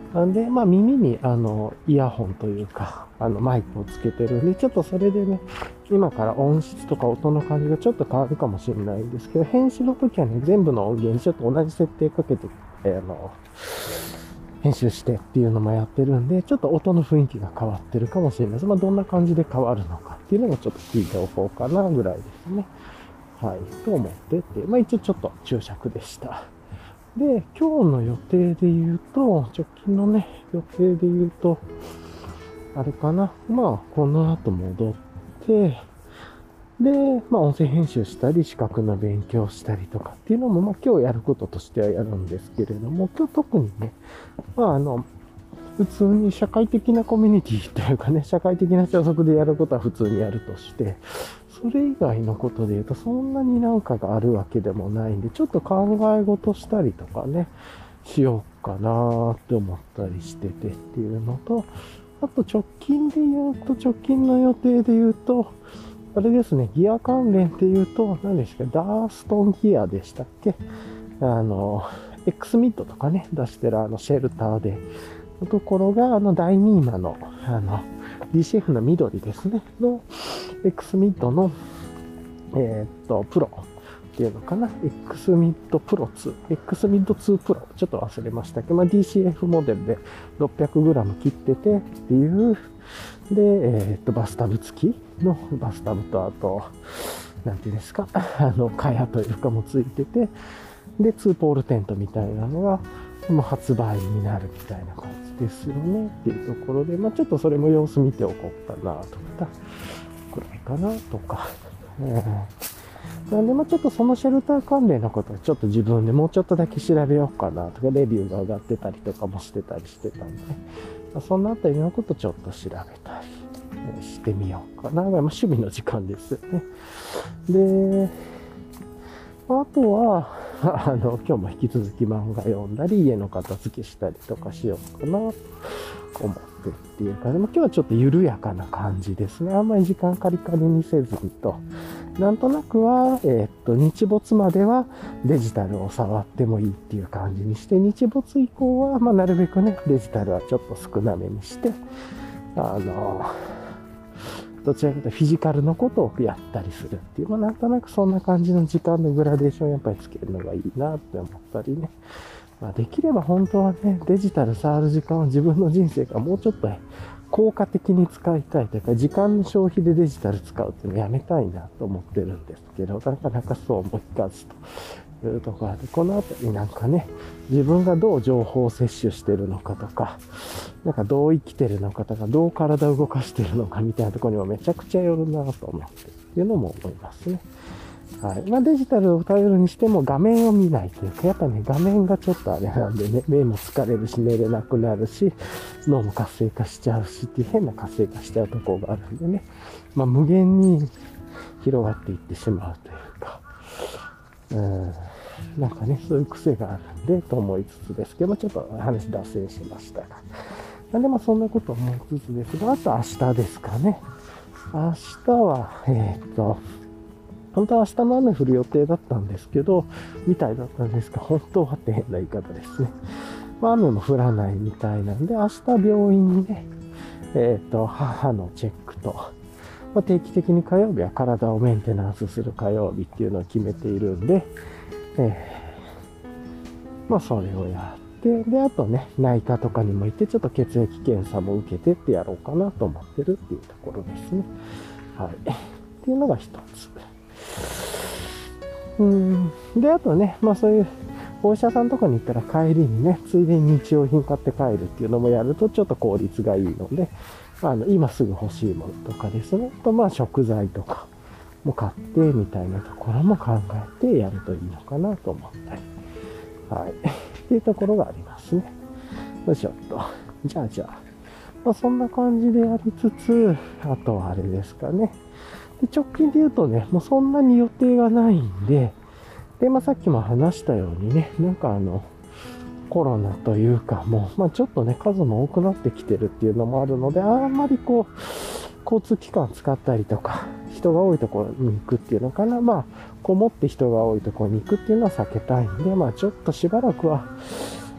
なんで、まあ耳にイヤホンというか、マイクをつけてるんで、ちょっとそれでね、今から音質とか音の感じがちょっと変わるかもしれないんですけど、編集の時はね、全部の音源にちょっと同じ設定かけて、編集してっていうのもやってるんで、ちょっと音の雰囲気が変わってるかもしれないです。まあどんな感じで変わるのかっていうのもちょっと聞いておこうかなぐらいですね。はい。と思ってて、まあ一応ちょっと注釈でした。で、今日の予定で言うと、直近のね、予定で言うと、あれかな。まあ、この後戻って、で、まあ、音声編集したり、資格の勉強したりとかっていうのも、まあ、今日やることとしてはやるんですけれども、今日特にね、まあ、普通に社会的なコミュニティというかね、社会的な所属でやることは普通にやるとして、それ以外のことで言うと、そんなになんかがあるわけでもないんで、ちょっと考え事したりとかね、しようかなって思ったりしててっていうのと、あと直近で言うと、直近の予定で言うと、あれですね、ギア関連って言うと、何ですか、ダーストンギアでしたっけX ミッドとかね、出してるシェルターで、のところが、第2今の、DCF の緑ですね、の X ミッドの、プロっていうのかな、X ミッドプロ2、X ミッド2プロ、ちょっと忘れましたけど、まあ、DCF モデルで 600g 切っててっていう、で、バスタブ付きのバスタブと、あと、なんていうんですか、カヤというかもついてて、で、2ポールテントみたいなのが、もう発売になるみたいな感じですよねっていうところで、まあちょっとそれも様子見ておこうかなとか、くらいかなとか。なんで、まあちょっとそのシェルター関連のことをちょっと自分でもうちょっとだけ調べようかなとか、レビューが上がってたりとかもしてたりしてたんで、まあ、そんなあたりのことをちょっと調べたりしてみようかな。まあ趣味の時間ですよね。で、あとは、今日も引き続き漫画読んだり、家の片付けしたりとかしようかなと思ってっていうか、でも今日はちょっと緩やかな感じですね。あんまり時間カリカリにせずにと。なんとなくは、日没まではデジタルを触ってもいいっていう感じにして、日没以降は、まあ、なるべくね、デジタルはちょっと少なめにして、どちらかというとフィジカルのことをやったりするっていう、まあ、なんとなくそんな感じの時間のグラデーションをやっぱりつけるのがいいなって思ったりね。まあ、できれば本当はね、デジタル触る時間を自分の人生がもうちょっと効果的に使いたいというか、時間の消費でデジタル使うっていうのをやめたいなと思ってるんですけど、なかなかそう思いかずというところで、このあたりなんかね、自分がどう情報を摂取してるのかとか、なんかどう生きてるのかとか、どう体を動かしてるのかみたいなところにもめちゃくちゃよるなと思ってっていうのも思いますね。はい。まあデジタルを頼るにしても画面を見ないというか、やっぱね、画面がちょっとあれなんでね、目も疲れるし、寝れなくなるし、脳も活性化しちゃうしっていう変な活性化しちゃうところがあるんでね、まあ無限に広がっていってしまうというか、なんかね、そういう癖があるんで、と思いつつですけど、ちょっと話脱線しましたが。なんでまあそんなこと思いつつですが、あと明日ですかね。明日は、本当は明日の雨降る予定だったんですけど、みたいだったんですが、本当はって変な言い方ですね。まあ雨も降らないみたいなんで、明日病院にね、母のチェックと、まあ、定期的に火曜日は体をメンテナンスする火曜日っていうのを決めているんで、まあそれをやって、で、あとね、内科とかにも行って、ちょっと血液検査も受けてってやろうかなと思ってるっていうところですね。はい。っていうのが一つ。で、あとね、まあそういう、お医者さんとかに行ったら帰りにね、ついでに日用品買って帰るっていうのもやるとちょっと効率がいいので、今すぐ欲しいものとかですね。と、まあ食材とかも買ってみたいなところも考えてやるといいのかなと思ったり。はい。っていうところがありますね。よいしょっと。じゃあ。まあそんな感じでやりつつ、あとはあれですかね。で、直近で言うとね、もうそんなに予定がないんで、で、まあさっきも話したようにね、なんかコロナというかもう、まあちょっとね、数も多くなってきてるっていうのもあるので、あんまりこう、交通機関使ったりとか、人が多いところに行くっていうのかな。こもって人が多いところに行くっていうのは避けたいんで、ちょっとしばらくは、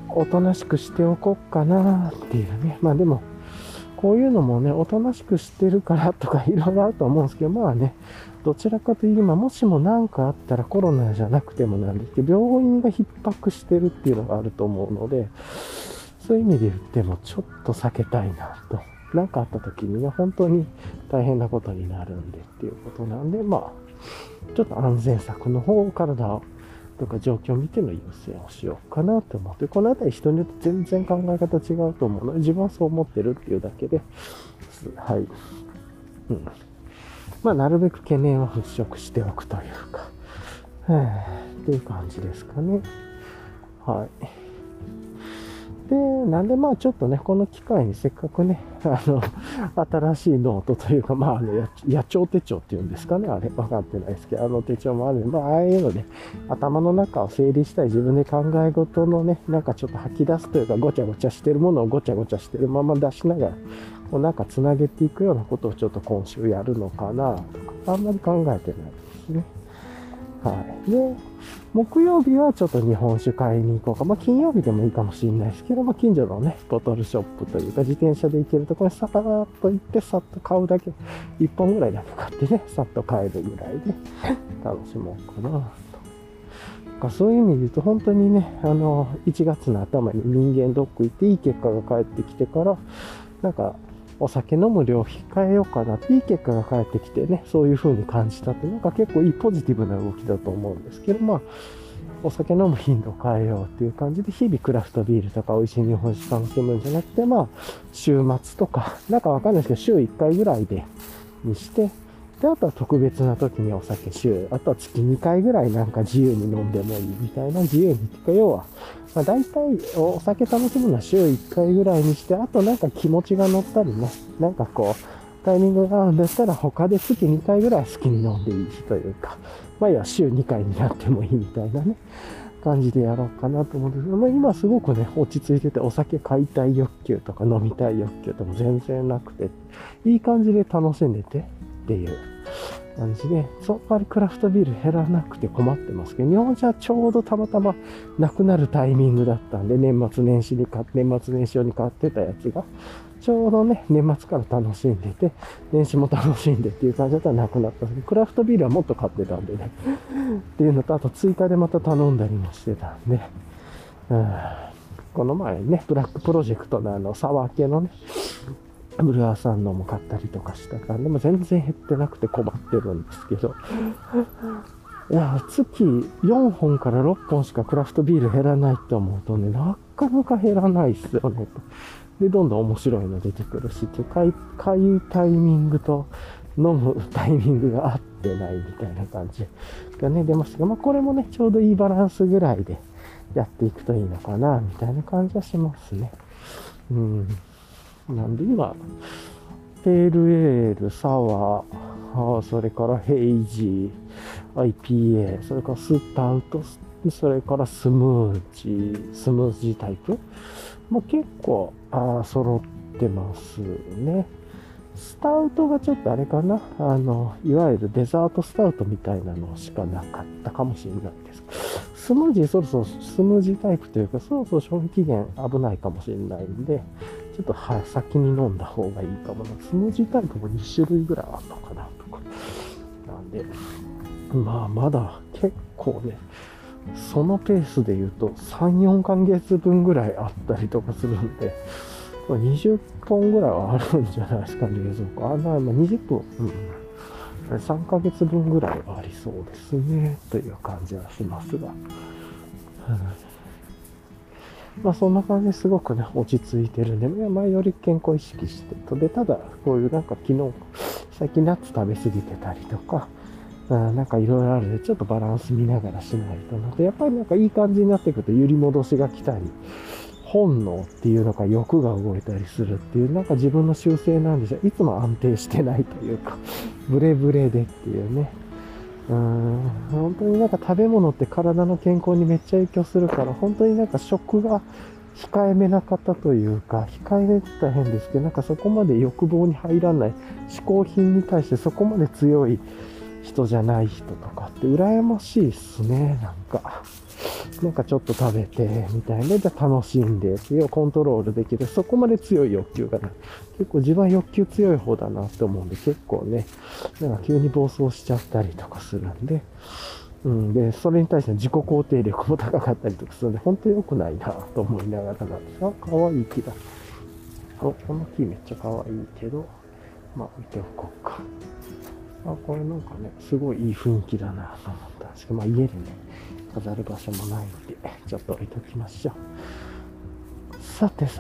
おとなしくしておこうかなっていうね。まあでも、こういうのもね、おとなしくしてるからとかいろいろあると思うんですけど、まあね、どちらかというと今、もしも何かあったらコロナじゃなくてもなんですけど、病院が逼迫してるっていうのがあると思うので、そういう意味で言ってもちょっと避けたいなと。何かあった時にね、本当に大変なことになるんでっていうことなんで、まあ、ちょっと安全策の方、体とか状況を見ての優先をしようかなと思って、このあたり人によって全然考え方違うと思うので、自分はそう思ってるっていうだけで、はい。うん。まあ、なるべく懸念は払拭しておくというか、っていう感じですかね。はい。で、なんでまあちょっとね、この機会にせっかくね、新しいノートというか、まあ野鳥手帳っていうんですかね、あれ、分かってないですけど、手帳もあるんで、まあああいうので、頭の中を整理したい自分で考え事のね、なんかちょっと吐き出すというか、ごちゃごちゃしてるものをごちゃごちゃしてるまま出しながら、こうなんかつなげていくようなことをちょっと今週やるのかな、とか、あんまり考えてないですね。はい。で、木曜日はちょっと日本酒買いに行こうか。まあ、金曜日でもいいかもしれないですけど、まあ、近所のね、ボトルショップというか、自転車で行けるところにさらっと行って、さっと買うだけ、1本ぐらいだけ買ってね、さっと買えるぐらいで楽しもうかなと。そういう意味で言うと、本当にね、1月の頭に人間ドック行っていい結果が返ってきてから、なんか、お酒飲む量控えようかなって、いい結果が返ってきてね、そういう風に感じたって、なんか結構いいポジティブな動きだと思うんですけど、まあ、お酒飲む頻度を変えようっていう感じで、日々クラフトビールとか美味しい日本酒楽しむんじゃなくて、まあ、週末とか、なんかわかんないですけど、週1回ぐらいにして、で、あとは特別な時にお酒あとは月2回ぐらいなんか自由に飲んでもいいみたいな、自由にっていうか、要は、まあ大体お酒楽しむのは週1回ぐらいにして、あとなんか気持ちが乗ったりね、なんかこう、タイミングが合うんだったら他で月2回ぐらい好きに飲んでいい日というか、まあいや週2回になってもいいみたいなね、感じでやろうかなと思うんですけど、まあ今すごくね、落ち着いててお酒買いたい欲求とか飲みたい欲求とかも全然なくて、いい感じで楽しんでてっていう感じで、そんなにクラフトビール減らなくて困ってますけど、日本酒はちょうどたまたまなくなるタイミングだったんで、年末年始用に買ってたやつが、ちょうどね、年末から楽しんでて、年始も楽しんでっていう感じだったらなくなったんですけど、クラフトビールはもっと買ってたんでね。っていうのと、あと追加でまた頼んだりもしてたんで、この前ね、ブラックプロジェクトのサワー系のね、ブルワーさんのも買ったりとかしたから、でも全然減ってなくて困ってるんですけど、いや、月4本から6本しかクラフトビール減らないって思うとね、なかなか減らないっすよね、と。で、どんどん面白いの出てくるし、買うタイミングと飲むタイミングが合ってないみたいな感じがね、出ますが、まあこれもね、ちょうどいいバランスぐらいでやっていくといいのかな、みたいな感じはしますね。なんで今、ペールエール、サワー、それからヘイジー、IPA、それからスタウト、それからスムージータイプ。まあ、結構揃ってますね。スタウトがちょっとあれかな、いわゆるデザートスタウトみたいなのしかなかったかもしれないです。スムージー、そろそろスムージータイプというか、そろそろ賞味期限危ないかもしれないんで、ちょっと先に飲んだ方がいいかもな。スムージータイプも2種類ぐらいあるのかなとか。なんで、まあまだ結構ね、そのペースで言うと3、4ヶ月分ぐらいあったりとかするんで、20本ぐらいはあるんじゃないですか、冷蔵庫。20分、3ヶ月分ぐらいはありそうですね、という感じはしますが。まあそんな感じですごくね、落ち着いてるんで、前より健康意識してと。で、ただ、こういうなんか最近ナッツ食べ過ぎてたりとか、なんかいろいろあるんで、ちょっとバランス見ながらしないとなと。やっぱりなんかいい感じになってくると揺り戻しが来たり、本能っていうのか欲が動いたりするっていう、なんか自分の習性なんでしょう。いつも安定してないというか、ブレブレでっていうね。本当になんか食べ物って体の健康にめっちゃ影響するから、本当になんか食が控えめな方というか、控えめって大変ですけど、なんかそこまで欲望に入らない、嗜好品に対してそこまで強い人じゃない人とかって羨ましいっすね、なんか。 なんかちょっと食べて、みたいな。で、楽しんで、っていうコントロールできる。そこまで強い欲求がない。結構自分は欲求強い方だなって思うんで、結構ね、なんか急に暴走しちゃったりとかするんで、で、それに対して自己肯定力も高かったりとかするんで、本当に良くないなと思いながらなんですが、可愛い木だ。この木めっちゃ可愛いけど、まあ置いておこうか。これなんかね、すごいいい雰囲気だなと思ったんですけど、家でね、飾る場所もないので、ちょっと置いときましょう。さて、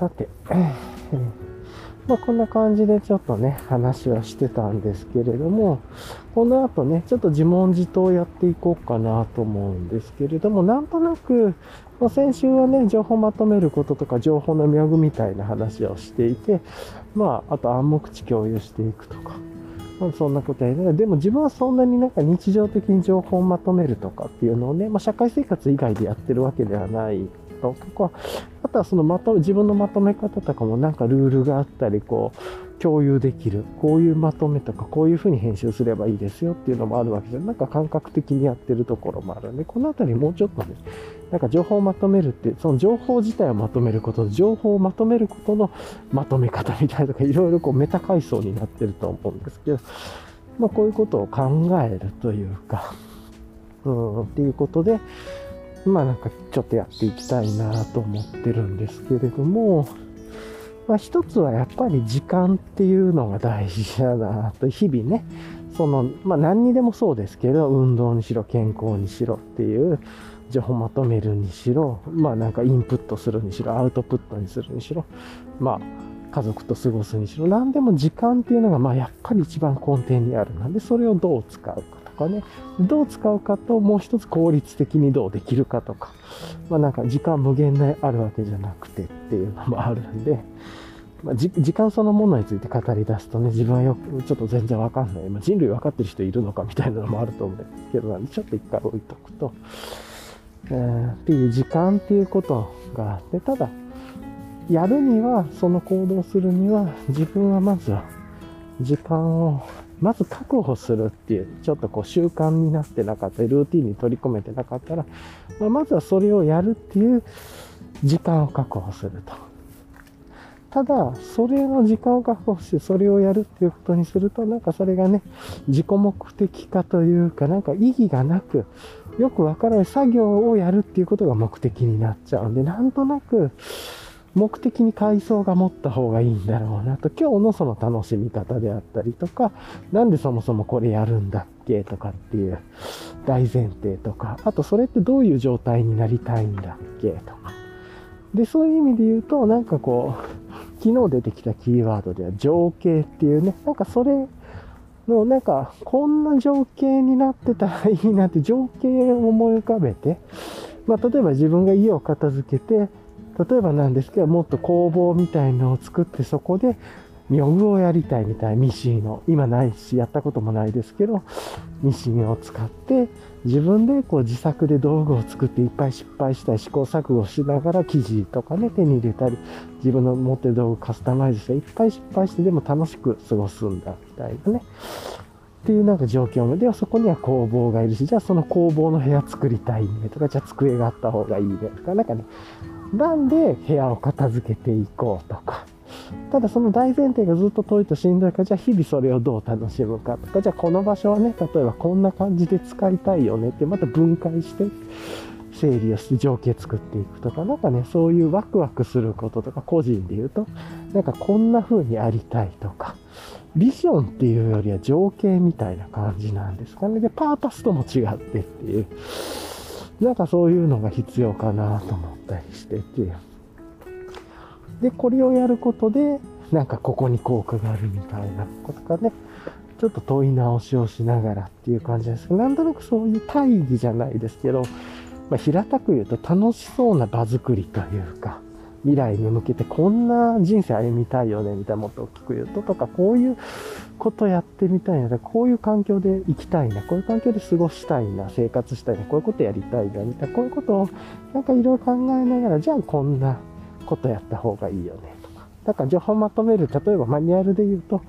こんな感じでちょっとね、話はしてたんですけれども、この後ね、ちょっと自問自答やっていこうかなと思うんですけれども、なんとなく、先週はね、情報まとめることとか、情報の妙具みたいな話をしていて、あと暗黙知共有していくとか、そんなことやりながら、でも自分はそんなになんか日常的に情報をまとめるとかっていうのをね、社会生活以外でやってるわけではないとか、あとはその自分のまとめ方とかもなんかルールがあったり、共有できる。こういうまとめとか、こういう風に編集すればいいですよっていうのもあるわけじゃなんか感覚的にやってるところもあるんで、このあたりもうちょっとね、なんか情報をまとめるって、その情報自体をまとめること、情報をまとめることのまとめ方みたいなとか、いろいろメタ階層になってると思うんですけど、こういうことを考えるというか、っていうことで、なんかちょっとやっていきたいなと思ってるんですけれども、一つはやっぱり時間っていうのが大事だなと、日々ね、何にでもそうですけど、運動にしろ、健康にしろっていう、情報まとめるにしろ、なんかインプットするにしろ、アウトプットにするにしろ、家族と過ごすにしろ、何でも時間っていうのが、やっぱり一番根底にあるので、それをどう使うかとかね、どう使うかと、もう一つ効率的にどうできるかとか、なんか時間無限にあるわけじゃなくてっていうのもあるんで、時間そのものについて語り出すとね、自分はちょっと全然わかんない。人類わかってる人いるのかみたいなのもあると思うんですけど、ちょっと一回置いとくと、っていう時間っていうことがあって、ただ、やるには、その行動するには、自分はまずは、時間を、まず確保するっていう、ちょっと習慣になってなかったり、ルーティンに取り込めてなかったら、まずはそれをやるっていう時間を確保すると。ただ、それの時間を確保して、それをやるっていうことにすると、なんかそれがね、自己目的化というか、なんか意義がなく、よくわからない作業をやるっていうことが目的になっちゃうんで、なんとなく、目的に階層が持った方がいいんだろうなと、今日のその楽しみ方であったりとか、なんでそもそもこれやるんだっけとかっていう大前提とか、あとそれってどういう状態になりたいんだっけとか。で、そういう意味で言うと、なんか昨日出てきたキーワードでは情景っていうね、なんかそれの、なんかこんな情景になってたらいいなって情景を思い浮かべて、例えば自分が家を片付けて、例えばなんですけど、もっと工房みたいのを作って、そこで妙具をやりたいみたい、ミシンを。今ないし、やったこともないですけど、ミシンを使って、自分で自作で道具を作っていっぱい失敗したり、試行錯誤しながら生地とかね、手に入れたり、自分の持ってる道具カスタマイズして、いっぱい失敗して、でも楽しく過ごすんだ、みたいなね。っていうなんか状況では、そこには工房がいるし、じゃあその工房の部屋作りたいねとか、じゃあ机があった方がいいねとか、なんかね、なんで部屋を片付けていこうとか。ただその大前提がずっと遠いとしんどいから、じゃあ日々それをどう楽しむかとか、じゃあこの場所はね、例えばこんな感じで使いたいよねってまた分解して整理をして情景作っていくとか、なんかね、そういうワクワクすることとか、個人で言うと、なんかこんな風にありたいとか、ビジョンっていうよりは情景みたいな感じなんですかね。で、パーパスとも違ってっていう。なんかそういうのが必要かなと思ったりしてっていう。で、これをやることで、なんかここに効果があるみたいなことかね、ちょっと問い直しをしながらっていう感じですけど、なんとなくそういう大義じゃないですけど、平たく言うと楽しそうな場作りというか、未来に向けてこんな人生歩みたいよねみたいなもっと大きく言うととか、こういうことやってみたいな、こういう環境で生きたいな、こういう環境で過ごしたいな、生活したいな、こういうことやりたいなみたいな、こういうことをなんかいろいろ考えながら、じゃあこんなことやった方がいいよねとか。だから情報まとめる、例えばマニュアルで言うと、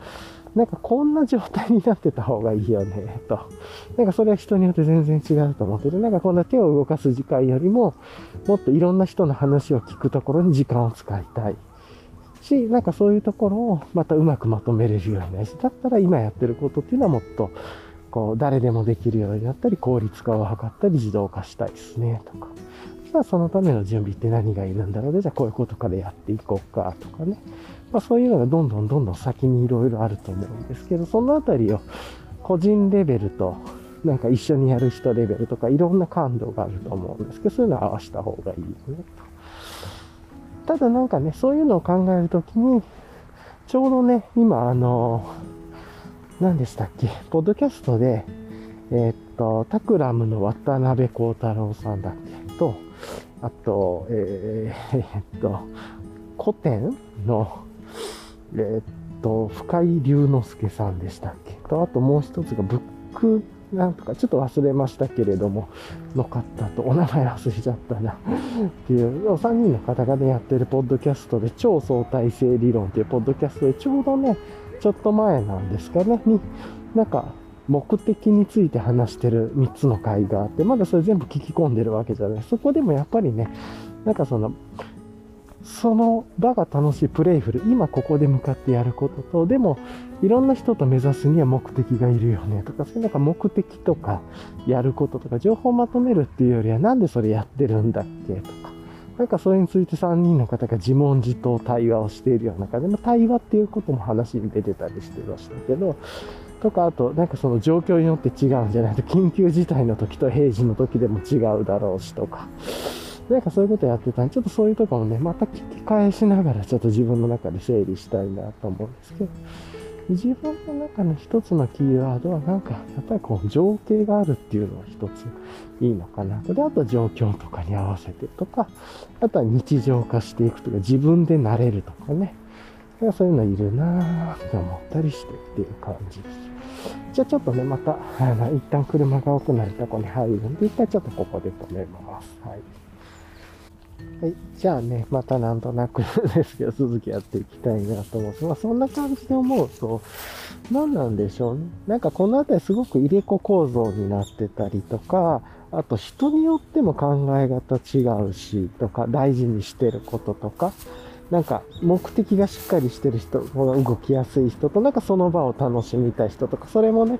なんかこんな状態になってた方がいいよね、と。なんかそれは人によって全然違うと思ってて、なんかこんな手を動かす時間よりも、もっといろんな人の話を聞くところに時間を使いたい。し、なんかそういうところをまたうまくまとめれるようになるし、だったら今やってることっていうのはもっと、こう、誰でもできるようになったり、効率化を図ったり、自動化したいですね、とか。じゃあそのための準備って何がいるんだろうね。じゃあこういうことからやっていこうか、とかね。まあそういうのがどんどん先にいろいろあると思うんですけど、そのあたりを個人レベルと、なんか一緒にやる人レベルとかいろんな感度があると思うんですけど、そういうのを合わせた方がいいよね。ただなんかね、そういうのを考えるときに、ちょうどね、今何でしたっけ、ポッドキャストで、タクラムの渡辺幸太郎さんだっけと、あと、古典の、深井龍之介さんでしたっけと、あともう一つがブックなんとか、ちょっと忘れましたけれども、の方と、お名前忘れちゃったなっていう、3人の方がね、やってるポッドキャストで、超相対性理論っていうポッドキャストで、ちょうどね、ちょっと前なんですかね、に、なんか、目的について話してる3つの回があって、まだそれ全部聞き込んでるわけじゃない。そこでもやっぱりね、なんかその場が楽しいプレイフル、今ここで向かってやることと、でも、いろんな人と目指すには目的がいるよねとか、そういうなんか目的とか、やることとか、情報をまとめるっていうよりは、なんでそれやってるんだっけとか、なんかそれについて3人の方が自問自答対話をしているような中で、対話っていうことも話に出てたりしてましたけど、とか、あと、なんかその状況によって違うんじゃないと、緊急事態の時と平時の時でも違うだろうしとか、なんかそういうことやってたんで、ちょっとそういうところもね、また聞き返しながらちょっと自分の中で整理したいなと思うんですけど、自分の中の一つのキーワードはなんか、やっぱりこう情景があるっていうのは一ついいのかなと。で、あと状況とかに合わせてとか、あとは日常化していくとか、自分で慣れるとかね。そういうのいるなぁと思ったりしてっていう感じです。じゃあちょっとね、また、一旦車が多くなるとこに入るんで、一回ちょっとここで止めます。はい。はい。じゃあね、またなんとなくですけど、続きやっていきたいなと思って、まあそんな感じで思うと、何なんでしょうね。なんかこのあたりすごく入れ子構造になってたりとか、あと人によっても考え方違うし、とか、大事にしてることとか、なんか目的がしっかりしてる人、動きやすい人と、なんかその場を楽しみたい人とか、それもね、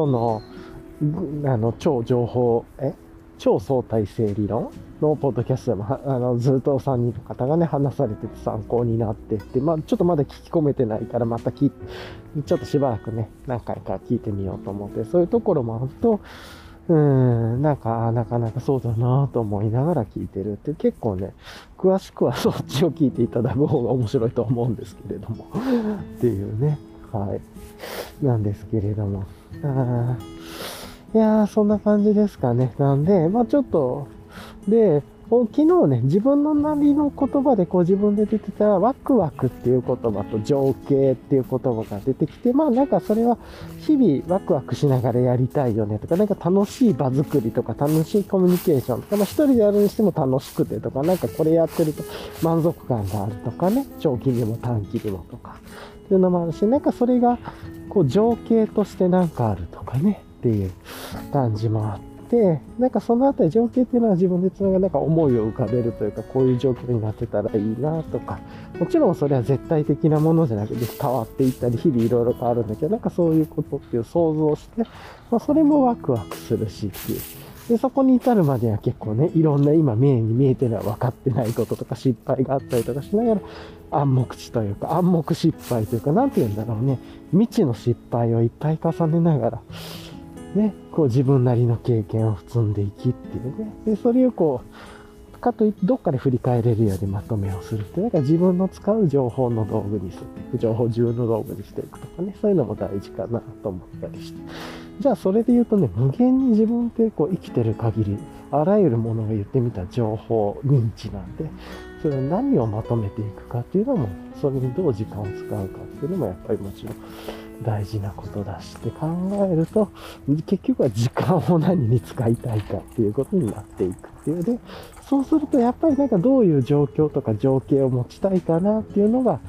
超相対性理論のポッドキャストでも、ずっと3人の方がね、話されてて参考になってって、まあちょっとまだ聞き込めてないから、またちょっとしばらくね、何回か聞いてみようと思って、そういうところもあると、なんか、なかなかそうだなと思いながら聞いてるって、結構ね、詳しくはそっちを聞いていただく方が面白いと思うんですけれども、っていうね、はい、なんですけれども。いやー、そんな感じですかね。なんで、まあちょっと、で、昨日ね、自分のなりの言葉で自分で出てたワクワクっていう言葉と情景っていう言葉が出てきて、まあなんかそれは日々ワクワクしながらやりたいよねとか、なんか楽しい場作りとか楽しいコミュニケーションとか、まあ一人でやるにしても楽しくてとか、なんかこれやってると満足感があるとかね、長期にも短期にもとか、っていうのもあるし、なんかそれが情景としてなんかあるとかね、っていう感じもあって、なんかそのあたり情景っていうのは自分でつながなんか思いを浮かべるというか、こういう状況になってたらいいなとか、もちろんそれは絶対的なものじゃなくて変わっていったり、日々いろいろ変わるんだけど、なんかそういうことっていう想像して、まあそれもワクワクするしっていう。で、そこに至るまでは結構ね、いろんな今目に見えてるのは分かってないこととか失敗があったりとかしながら、暗黙知というか、暗黙失敗というか、なんて言うんだろうね、未知の失敗をいっぱい重ねながら、ね、自分なりの経験を積んでいきっていうね。で、それをどっかで振り返れるようにまとめをするって、なんか自分の使う情報の道具にしていく、情報中の道具にしていくとかね、そういうのも大事かなと思ったりして。じゃあそれで言うとね、無限に自分って生きてる限り、あらゆるものが言ってみた情報認知なんで、それを何をまとめていくかっていうのも、それにどう時間を使うかっていうのもやっぱりもちろん大事なことだしって考えると、結局は時間を何に使いたいかっていうことになっていくっていうで、そうするとやっぱりなんかどういう状況とか情景を持ちたいかなっていうのが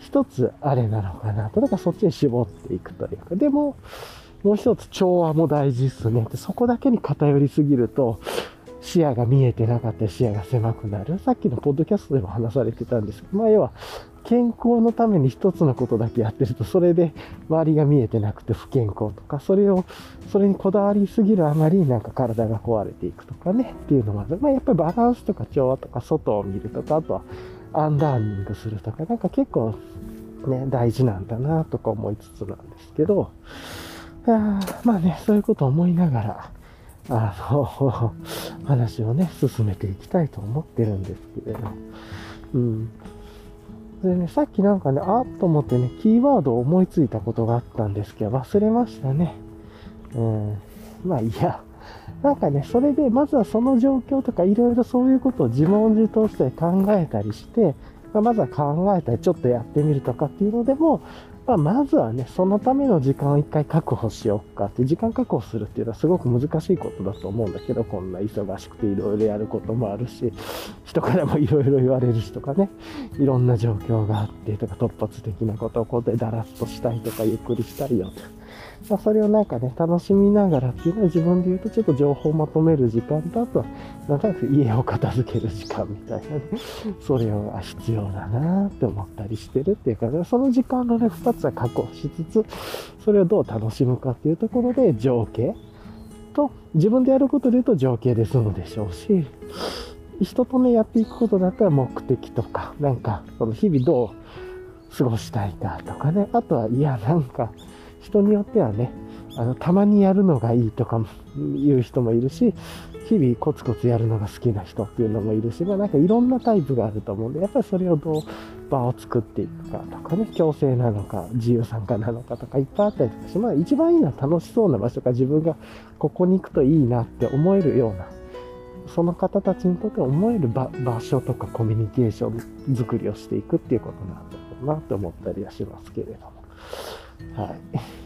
一つあれなのかなと。だからそっちに絞っていくというか。でも、もう一つ調和も大事っすね。でそこだけに偏りすぎると、視野が見えてなかったり視野が狭くなる。さっきのポッドキャストでも話されてたんですけど、まあ要は、健康のために一つのことだけやってると、それで周りが見えてなくて不健康とか、それにこだわりすぎるあまりなんか体が壊れていくとかね、っていうのもある。まあやっぱりバランスとか調和とか外を見るとか、あとはアンダーニングするとか、なんか結構ね、大事なんだなとか思いつつなんですけど、まあね、そういうことを思いながら、話をね、進めていきたいと思ってるんですけれど。うん。でね、さっきなんかね、と思ってね、キーワードを思いついたことがあったんですけど、忘れましたね。まあいいや。なんかね、それで、まずはその状況とか、いろいろそういうことを自問自答して考えたりして、まずは考えたり、ちょっとやってみるとかっていうのでも、まずはね、そのための時間を一回確保しようかって、時間確保するっていうのはすごく難しいことだと思うんだけど、こんな忙しくていろいろやることもあるし、人からもいろいろ言われるしとかね、いろんな状況があってとか、突発的なことをこうでだらっとしたいとか、ゆっくりしたいよと。それをなんかね、楽しみながらっていうのは自分で言うとちょっと情報をまとめる時間と、あとは、なんとなく家を片付ける時間みたいなね、それが必要だなって思ったりしてるっていうか、ね、その時間のね、二つは確保しつつ、それをどう楽しむかっていうところで、情景と、自分でやることで言うと情景で済むでしょうし、人とね、やっていくことだったら目的とか、なんか、その日々どう過ごしたいかとかね、あとは、いや、なんか、人によってはね、たまにやるのがいいとかいう人もいるし、日々コツコツやるのが好きな人っていうのもいるし、なんかいろんなタイプがあると思うんで、やっぱりそれをどう場を作っていくかとかね、強制なのか、自由参加なのかとかいっぱいあったりとかして、一番いいのは楽しそうな場所か自分がここに行くといいなって思えるような、その方たちにとって思える場所とかコミュニケーション作りをしていくっていうことなんだろうなって思ったりはしますけれども。はい。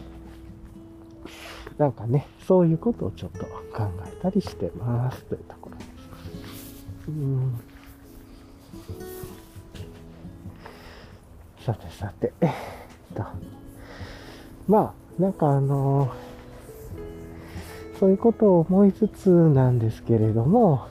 なんかね、そういうことをちょっと考えたりしてますというところです。さてさて、なんかそういうことを思いつつなんですけれども、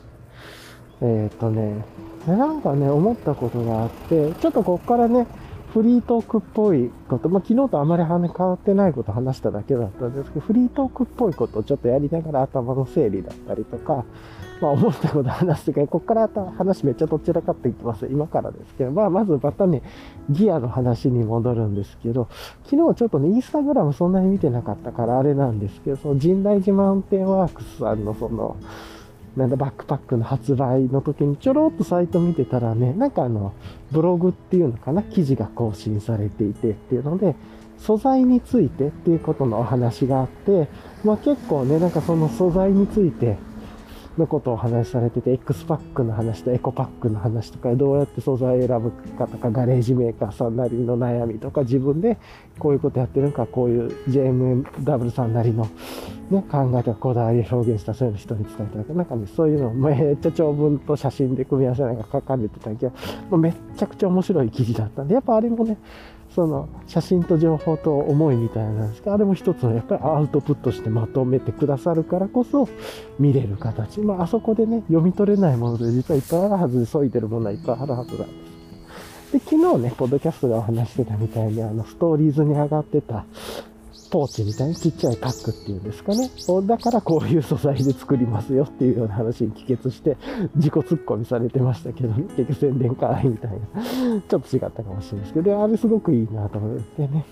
なんかね、思ったことがあって、ちょっとこっからね、フリートークっぽいこと、昨日とあまり変わってないことを話しただけだったんですけど、フリートークっぽいことをちょっとやりながら頭の整理だったりとか、思ったことを話すけど、こっから話めっちゃどちらかっていきます。今からですけど、まずまたね、ギアの話に戻るんですけど、昨日ちょっとね、インスタグラムそんなに見てなかったからあれなんですけど、その神代寺マウンテンワークスさんのバックパックの発売の時にちょろっとサイト見てたらね、なんかブログっていうのかな、記事が更新されていてっていうので、素材についてっていうことのお話があって、結構ね、なんかその素材についてのことをお話しされてて、X パックの話とエコパックの話とか、どうやって素材を選ぶかとか、ガレージメーカーさんなりの悩みとか、自分でこういうことやってるのか、こういう JMW さんなりのね、考えとかこだわりを表現したそういうの人に伝えたりとか、なんかね、そういうのをめっちゃ長文と写真で組み合わせながら書かれてたけど、めっちゃくちゃ面白い記事だったんで、やっぱあれもね、その写真と情報と思いみたいなんですけど、あれも一つのやっぱりアウトプットしてまとめてくださるからこそ見れる形。あそこでね、読み取れないもので実はいっぱいあるはずで、削いでるものはいっぱいあるはずなんです。で、昨日ね、ポッドキャストでお話してたみたいに、ストーリーズに上がってた、ポーチみたいにちっちゃいパックっていうんですかね。だからこういう素材で作りますよっていうような話に帰結して自己突っ込みされてましたけど、ね、結局宣伝かいみたいな。ちょっと違ったかもしれないですけど、あれすごくいいなと思ってね。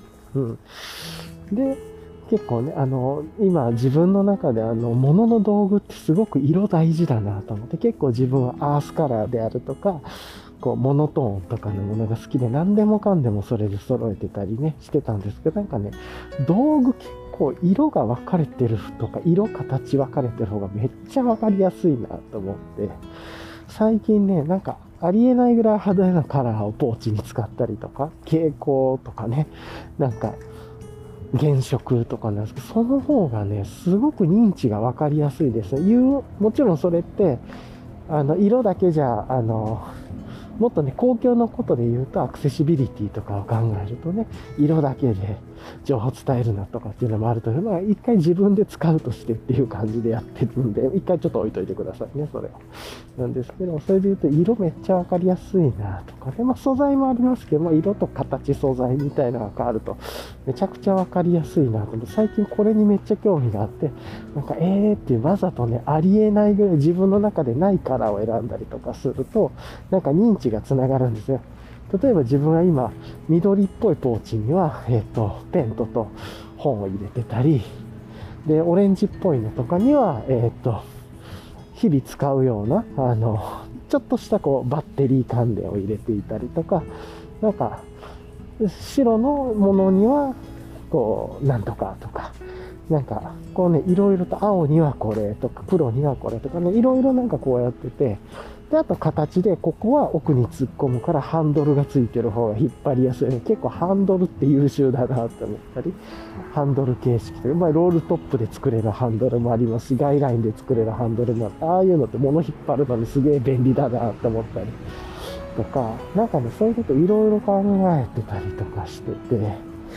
で、結構ね、今自分の中で物の道具ってすごく色大事だなと思って、結構自分はアースカラーであるとか、モノトーンとかのものが好きで、何でもかんでもそれで揃えてたりね、してたんですけど、なんかね、道具結構色が分かれてるとか、色形分かれてる方がめっちゃ分かりやすいなと思って、最近ね、なんかありえないぐらい派手なカラーをポーチに使ったりとか、蛍光とかね、なんか原色とかなんですけど、その方がね、すごく認知が分かりやすいですね。もちろんそれって、色だけじゃ、 もっとね、公共のことで言うとアクセシビリティとかを考えるとね、色だけで情報伝えるなとかっていうのもあるというのは、一回自分で使うとしてっていう感じでやってるんで、一回ちょっと置いといてくださいね、それは。なんですけど、それで言うと色めっちゃわかりやすいなとかね、まあ素材もありますけど、まあ色と形、素材みたいなのが変わると、めちゃくちゃわかりやすいなと思って、最近これにめっちゃ興味があって、なんかっていうわざとね、ありえないぐらい自分の中でないカラーを選んだりとかすると、なんか認知がつながるんですよ。例えば自分は今、緑っぽいポーチには、ペントと本を入れてたり、で、オレンジっぽいのとかには、日々使うような、ちょっとしたこう、バッテリー関連を入れていたりとか、なんか、白のものには、こう、なんとかとか、なんか、こうね、いろいろと青にはこれとか、黒にはこれとかね、いろいろなんかこうやってて、で、あと形で、ここは奥に突っ込むからハンドルがついてる方が引っ張りやすい。結構ハンドルって優秀だなって思ったり、ハンドル形式という、まあ、ロールトップで作れるハンドルもありますし、ガイラインで作れるハンドルもあって、ああいうのって物引っ張るのにすげえ便利だなって思ったりとか、なんかね、そういうこといろいろ考えてたりとかしてて、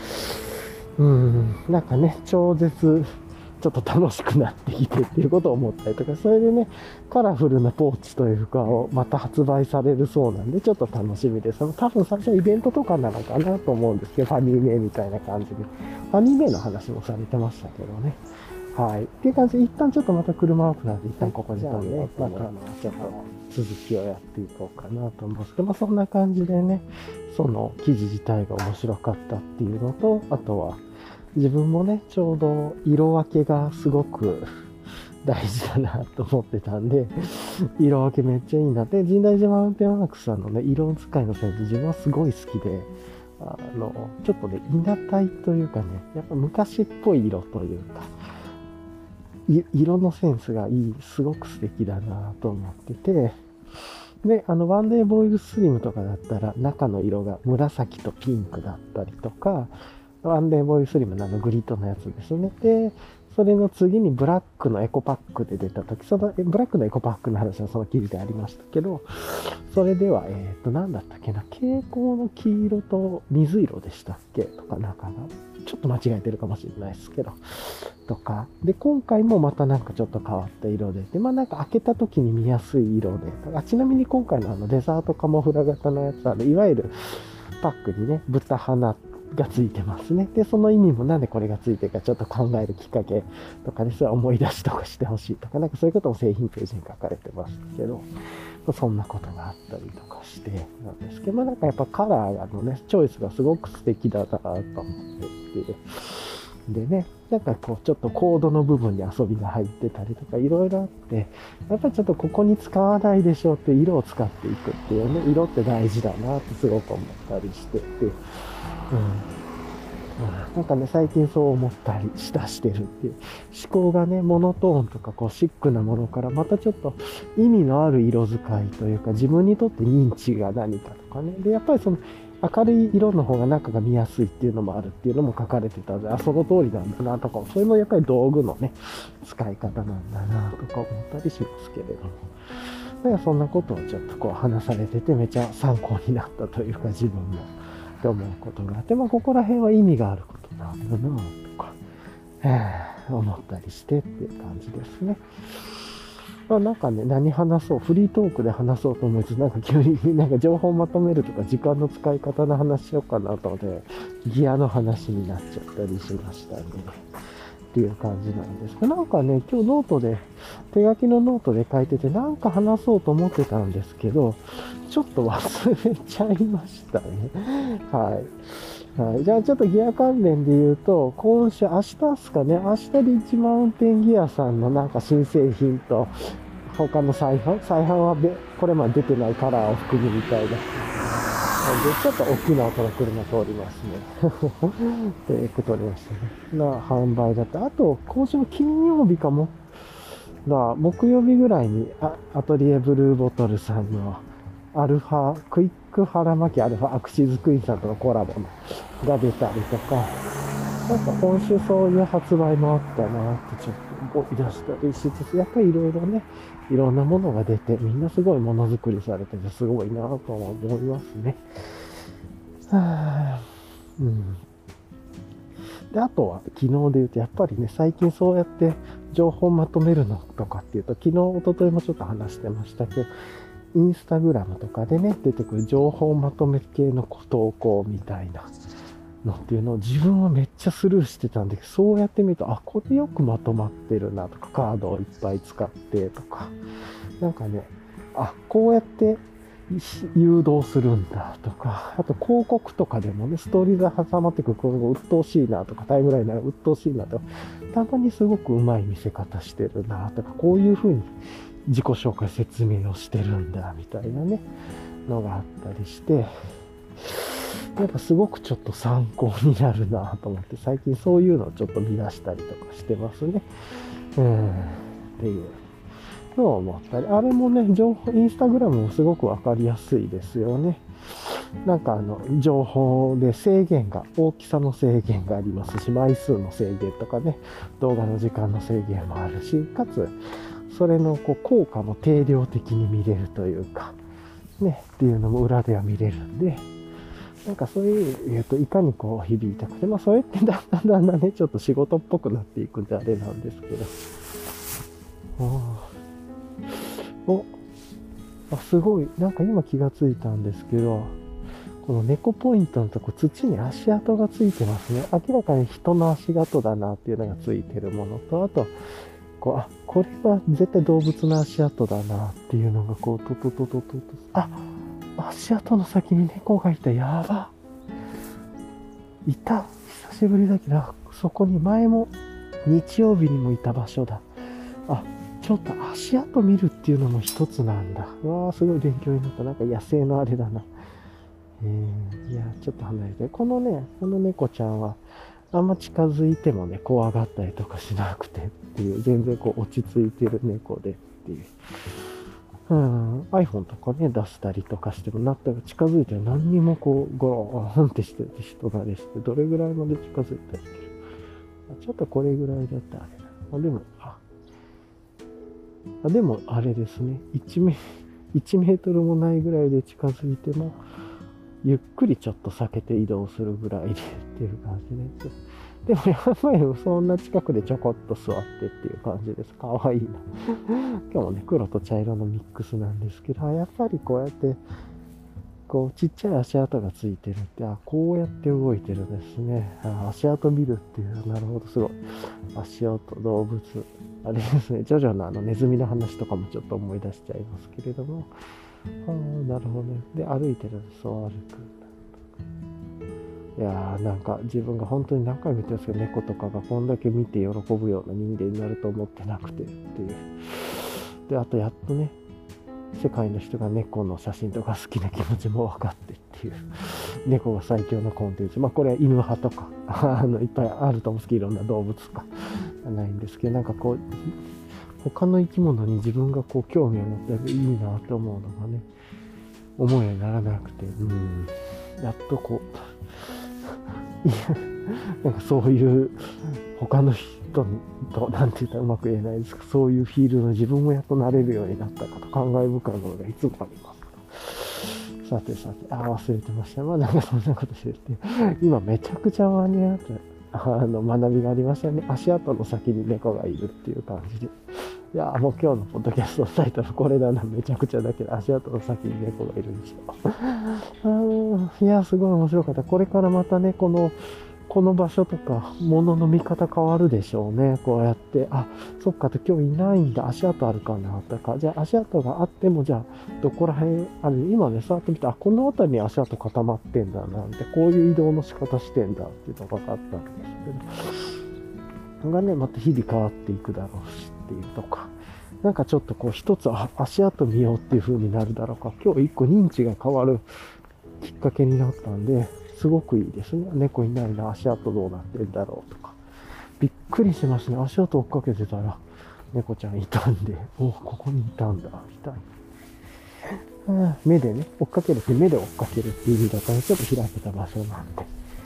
なんかね、超絶、ちょっと楽しくなってきてっていうことを思ったりとか、それでね、カラフルなポーチというかをまた発売されるそうなんで、ちょっと楽しみです。多分最初はイベントとかなのかなと思うんですけど、ファニーメみたいな感じで。ファニーメの話もされてましたけどね。はい。っていう感じで、一旦ちょっとまた車多くなって、一旦ここで止めようと思います。ちょっと続きをやっていこうかなと思うんですけど、まあそんな感じでね、その記事自体が面白かったっていうのと、あとは、自分もね、ちょうど色分けがすごく大事だなと思ってたんで、色分けめっちゃいいなって、神代寺マウンテンワークスさんのね、色使いのセンス自分はすごい好きで、ちょっとね、稲体というかね、やっぱ昔っぽい色というか、色のセンスがいい、すごく素敵だなと思ってて、で、ワンデーボーイルスリムとかだったら、中の色が紫とピンクだったりとか、ワンデーボーイルスリムのグリッドのやつですね。で、それの次にブラックのエコパックで出た時、そのブラックのエコパックの話はその記事でありましたけど、それでは、なんだったっけな、蛍光の黄色と水色でしたっけとか、なんかな、ちょっと間違えてるかもしれないですけど、とか。で、今回もまたなんかちょっと変わった色で、で、まあなんか開けた時に見やすい色で、ちなみに今回のデザートカモフラ型のやつは、いわゆるパックにね、豚花がついてますね。で、その意味もなんでこれがついてるかちょっと考えるきっかけとかです思い出しとかしてほしいとか、なんかそういうことも製品ページに書かれてましたけど、そんなことがあったりとかしてなんですけど、まあなんかやっぱカラーのね、チョイスがすごく素敵だなと思ってて、でね、なんかこうちょっとコードの部分に遊びが入ってたりとかいろいろあって、やっぱりちょっとここに使わないでしょうって色を使っていくっていうね、色って大事だなってすごく思ったりしてて、なんかね、最近そう思ったりしてるっていう。思考がね、モノトーンとかこうシックなものからまたちょっと意味のある色使いというか、自分にとって認知が何かとかね。で、やっぱりその明るい色の方が中が見やすいっていうのもあるっていうのも書かれてたので、あ、その通りなんだなとか、それもやっぱり道具のね、使い方なんだなとか思ったりしますけれども。だからそんなことをちょっとこう話されててめちゃ参考になったというか自分もって思うことがあって、まあここら辺は意味があることなんだなとか、思ったりしてっていう感じですね。まあなんかね、何話そう、フリートークで話そうと思いつつ、なんか急になんか情報をまとめるとか、時間の使い方の話しようかなと思って、ギアの話になっちゃったりしましたね。っていう感じなんですが、なんかね、今日ノートで、手書きのノートで書いてて、なんか話そうと思ってたんですけど、ちょっと忘れちゃいましたね。はい。はい、じゃあちょっとギア関連で言うと、今週、明日ですかね、明日リッチマウンテンギアさんのなんか新製品と、他の再販はこれまで出てないカラーを含むみたいな。で、ちょっと大きな音の車通りますね。で、通りましたね。な販売だった。あと、今週の金曜日かも。木曜日ぐらいにアトリエブルーボトルさんのアルファ、クイック腹巻きアルファアクシズクイーンさんとのコラボのが出たりとか、 なんか今週そういう発売もあったなってちょっと思い出したりしつつ、やっぱりいろいろね、いろんなものが出て、みんなすごいものづくりされててすごいなと思いますね。はぁ、うん。で、あとは昨日で言うと、やっぱりね、最近そうやって情報をまとめるのとかっていうと、昨日、一昨日もちょっと話してましたけど、インスタグラムとかでね、出てくる情報まとめ系の投稿みたいなのっていうのを自分はめっちゃスルーしてたんで、そうやって見ると、あ、これよくまとまってるなとか、カードをいっぱい使ってとか、なんかね、あ、こうやって誘導するんだとか、あと広告とかでもね、ストーリーが挟まってくる、この鬱陶しいなとか、タイムラインなら鬱陶しいなとか、たまにすごくうまい見せ方してるなとか、こういう風に自己紹介説明をしてるんだみたいなね、のがあったりして、やっぱすごくちょっと参考になるなと思って、最近そういうのをちょっと見出したりとかしてますね。っていうのを思ったり、あれもね、インスタグラムもすごくわかりやすいですよね。なんか情報で制限が、大きさの制限がありますし、枚数の制限とかね、動画の時間の制限もあるし、かつ、それの効果も定量的に見れるというか、ね、っていうのも裏では見れるんで、なんかそういう、いかに響いたくて、まあそれってだんだんね、ちょっと仕事っぽくなっていくんであれなんですけど、すごい、なんか今気がついたんですけど、この猫ポイントのとこ、土に足跡がついてますね。明らかに人の足跡だなっていうのがついてるものと、あと、これは絶対動物の足跡だなっていうのがトトトトトト、足跡の先に猫がいた。やば。いた。久しぶりだけど、そこに前も日曜日にもいた場所だ。ちょっと足跡見るっていうのも一つなんだ。うわー、すごい勉強になった。なんか野生のあれだな。いや、ちょっと離れて。この猫ちゃんは、あんま近づいてもね、怖がったりとかしなくてっていう、全然落ち着いてる猫でっていう。iPhone とかね、出したりとかしても、近づいて何にもゴローンってしてて、人慣れして、どれぐらいまで近づいたらいける。ちょっとこれぐらいだったらあれだ。でもあれですね、1メートルもないぐらいで近づいても、ゆっくりちょっと避けて移動するぐらいでっていう感じです。でもやっぱりそんな近くでちょこっと座ってっていう感じです。かわいいな。今日もね、黒と茶色のミックスなんですけど、やっぱりこうやって、ちっちゃい足跡がついてるって、こうやって動いてるんですね。足跡見るっていう、なるほど、すごい。足跡、動物。あれですね、ジョジョのネズミの話とかもちょっと思い出しちゃいますけれども。なるほどね。で、歩いてるんです、そう歩く。いやー、なんか自分が本当に何回も言ってますけど、猫とかがこんだけ見て喜ぶような人間になると思ってなくてっていう。で、あとやっとね、世界の人が猫の写真とか好きな気持ちも分かってっていう。猫が最強のコンテンツ。まあこれは犬派とか、いっぱいあると思うんですけど、いろんな動物とかないんですけど、なんか他の生き物に自分が興味を持っていいなと思うのがね、思うようにならなくて、やっとなんかそういう他の人と、なんて言ったらうまく言えないですけど、そういうフィールドの自分もやっとなれるようになったかと感慨深いものがいつもあります。さて、忘れてました。まあなんかそんなことしてて、今めちゃくちゃ学びがありましたね。足跡の先に猫がいるっていう感じで。いやもう今日のポッドキャストのタイトルこれだな。めちゃくちゃだけど、足跡の先に猫がいるんでしょ。いや、すごい面白かった。これからまたね、この場所とか、物の見方変わるでしょうね。こうやって、そっかと今日いないんだ。足跡あるかなとか、じゃあ足跡があっても、じゃあ、どこら辺ある、今ね、触ってみて、この辺りに足跡固まってんだなんて、こういう移動の仕方してんだっていうのが分かったんですけど、がね、また日々変わっていくだろうしっていうとか、なんかちょっと一つ足跡見ようっていう風になるだろうか、今日一個認知が変わるきっかけになったんで、すごくいいですね。猫いないな、足跡どうなってんだろうとか。びっくりしましたね。足跡追っかけてたら、猫ちゃんいたんで、ここにいたんだ、みたいな。目でね、追っかけるって目で追っかけるっていう意味だから、ちょっと開けた場所なんで。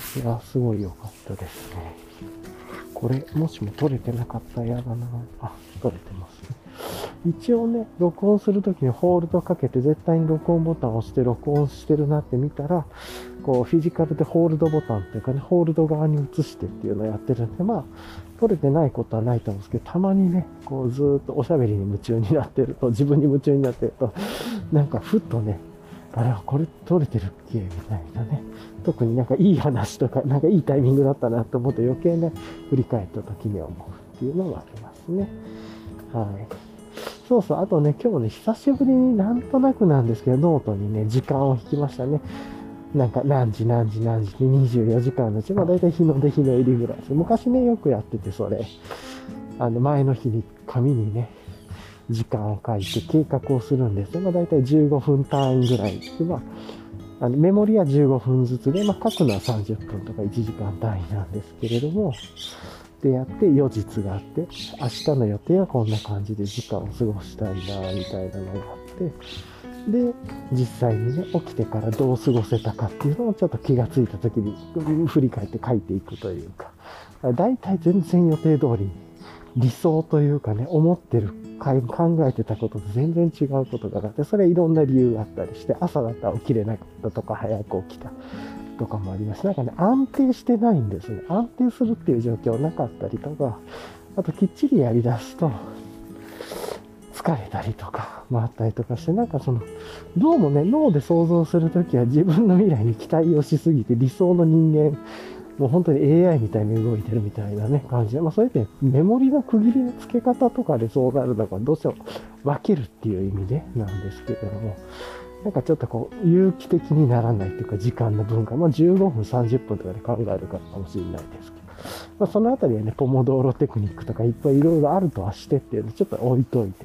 いや、すごい良かったですね。これ、もしも撮れてなかったら嫌だな。あ、撮れてますね。一応ね、録音するときにホールドかけて絶対に録音ボタンを押して録音してるなって見たら、こうフィジカルでホールドボタンっていうかね、ホールド側に移してっていうのをやってるんで、まあ、撮れてないことはないと思うんですけど、たまにね、こうずーっとおしゃべりに夢中になってると、自分に夢中になってると、なんかふっとね、あれはこれ撮れてるっけみたいなね。特になんかいい話とか、なんかいいタイミングだったなと思うと余計ね、振り返った時に思うっていうのがありますね。はい。そうそう、あとね、今日ね、久しぶりになんとなくなんですけど、ノートにね、時間を引きましたね。なんか何時何時何時で24時間のうち、まあ大体日の出日の入りぐらいです。昔ね、よくやってて、それ、前の日に紙にね、時間を書いて計画をするんですよ。まあ大体15分単位ぐらい。まあ、メモリは15分ずつで、まあ書くのは30分とか1時間単位なんですけれども、でやって予日があって、明日の予定はこんな感じで時間を過ごしたいな、みたいなのがあって、で、実際にね、起きてからどう過ごせたかっていうのをちょっと気がついた時に振り返って書いていくというか、だいたい全然予定通り、理想というかね、思ってる、考えてたことと全然違うことがあって、それはいろんな理由があったりして、朝だったら起きれなかったとか、早く起きたとかもあります。なんかね、安定してないんですね。安定するっていう状況なかったりとか、あときっちりやり出すと、疲れたりとか、あったりとかして、なんかその、どうもね、脳で想像するときは自分の未来に期待をしすぎて、理想の人間、もう本当に AI みたいに動いてるみたいなね、感じで、それでメモリの区切りの付け方とかでそうなるのがどうしても分けるっていう意味でなんですけれども、なんかちょっとこう、有機的にならないっていうか、時間の分解、15分、30分とかで考えるかもしれないですけど、そのあたりはね、ポモドーロテクニックとかいっぱいいろいろあるとはしてっていうのをちょっと置いといて、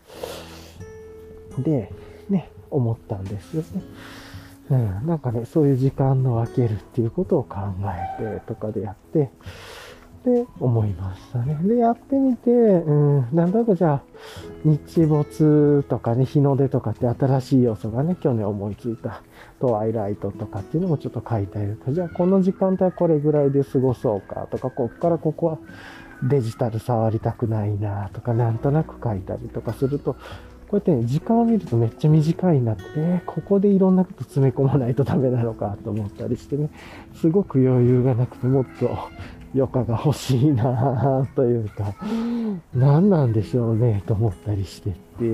で、ね、思ったんですよね。なんかね、そういう時間の分けるっていうことを考えてとかでやって、で、思いましたね。で、やってみて、なんとなくじゃあ、日没とかね、日の出とかって新しい要素がね、去年思いついたトワイライトとかっていうのもちょっと書いてあると、じゃあこの時間帯はこれぐらいで過ごそうかとか、こっからここはデジタル触りたくないなとか、なんとなく書いたりとかすると、こうやってね、時間を見るとめっちゃ短いなって、ここでいろんなこと詰め込まないとダメなのかと思ったりしてね、すごく余裕がなくてもっと余暇が欲しいなというか、何なんでしょうねと思ったりしてっていう、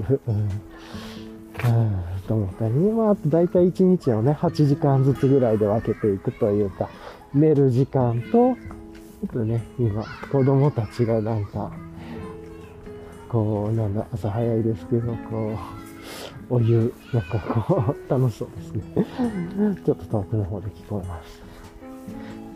と思ったりね、あと大体1日をね、8時間ずつぐらいで分けていくというか、寝る時間と、ちょっとね、今、子供たちがなんか、こう、朝早いですけど、こう、お湯、なんかこう、楽しそうですね。ちょっと遠くの方で聞こえます。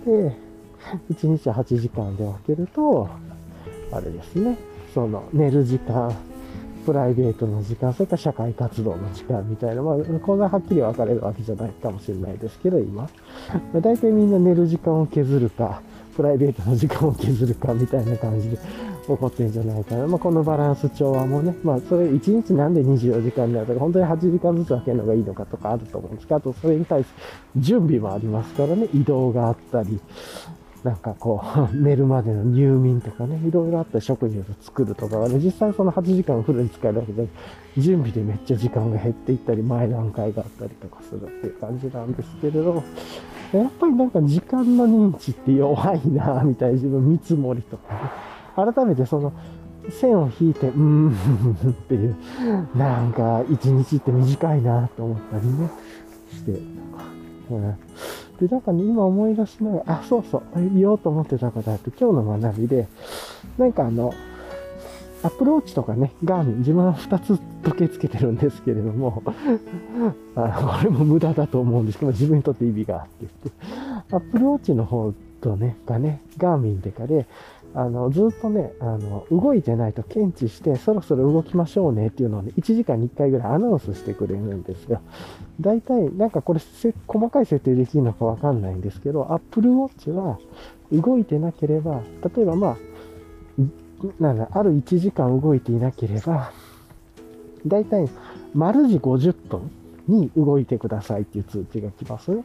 で、1日8時間で分けると、あれですね、その、寝る時間、プライベートの時間、それから社会活動の時間みたいな、こんなはっきり分かれるわけじゃないかもしれないですけど、今。大体みんな寝る時間を削るか、プライベートの時間を削るかみたいな感じで起こってるんじゃないかな。このバランス調和もね、それ1日なんで24時間だとか、本当に8時間ずつ分けるのがいいのかとかあると思うんですけど、あとそれに対する準備もありますからね、移動があったり、なんかこう、寝るまでの入眠とかね、いろいろあったり、食事を作るとかはね、実際その8時間フルに使えるわけで、準備でめっちゃ時間が減っていったり、前段階があったりとかするっていう感じなんですけれど、やっぱりなんか時間の認知って弱いなぁみたいな自分見積もりとかね、改めてその線を引いて、っていう、なんか一日って短いなと思ったりね、してとか。で、なんかね、今思い出しながら、そうそう、言おうと思ってたことあって、今日の学びで、なんかアプローチとかね、ガーミン、自分は2つ時計つけてるんですけれども、これも無駄だと思うんですけど、自分にとって意味があって、アプローチの方とね、ガーミンでかで、ずっとね、動いてないと検知して、そろそろ動きましょうねっていうのをね、1時間に1回ぐらいアナウンスしてくれるんですよ。大体、なんかこれ、細かい設定できるのかわかんないんですけど、Apple Watch は動いてなければ、例えばある1時間動いていなければ、大体、丸時50分に動いてくださいっていう通知が来ますね。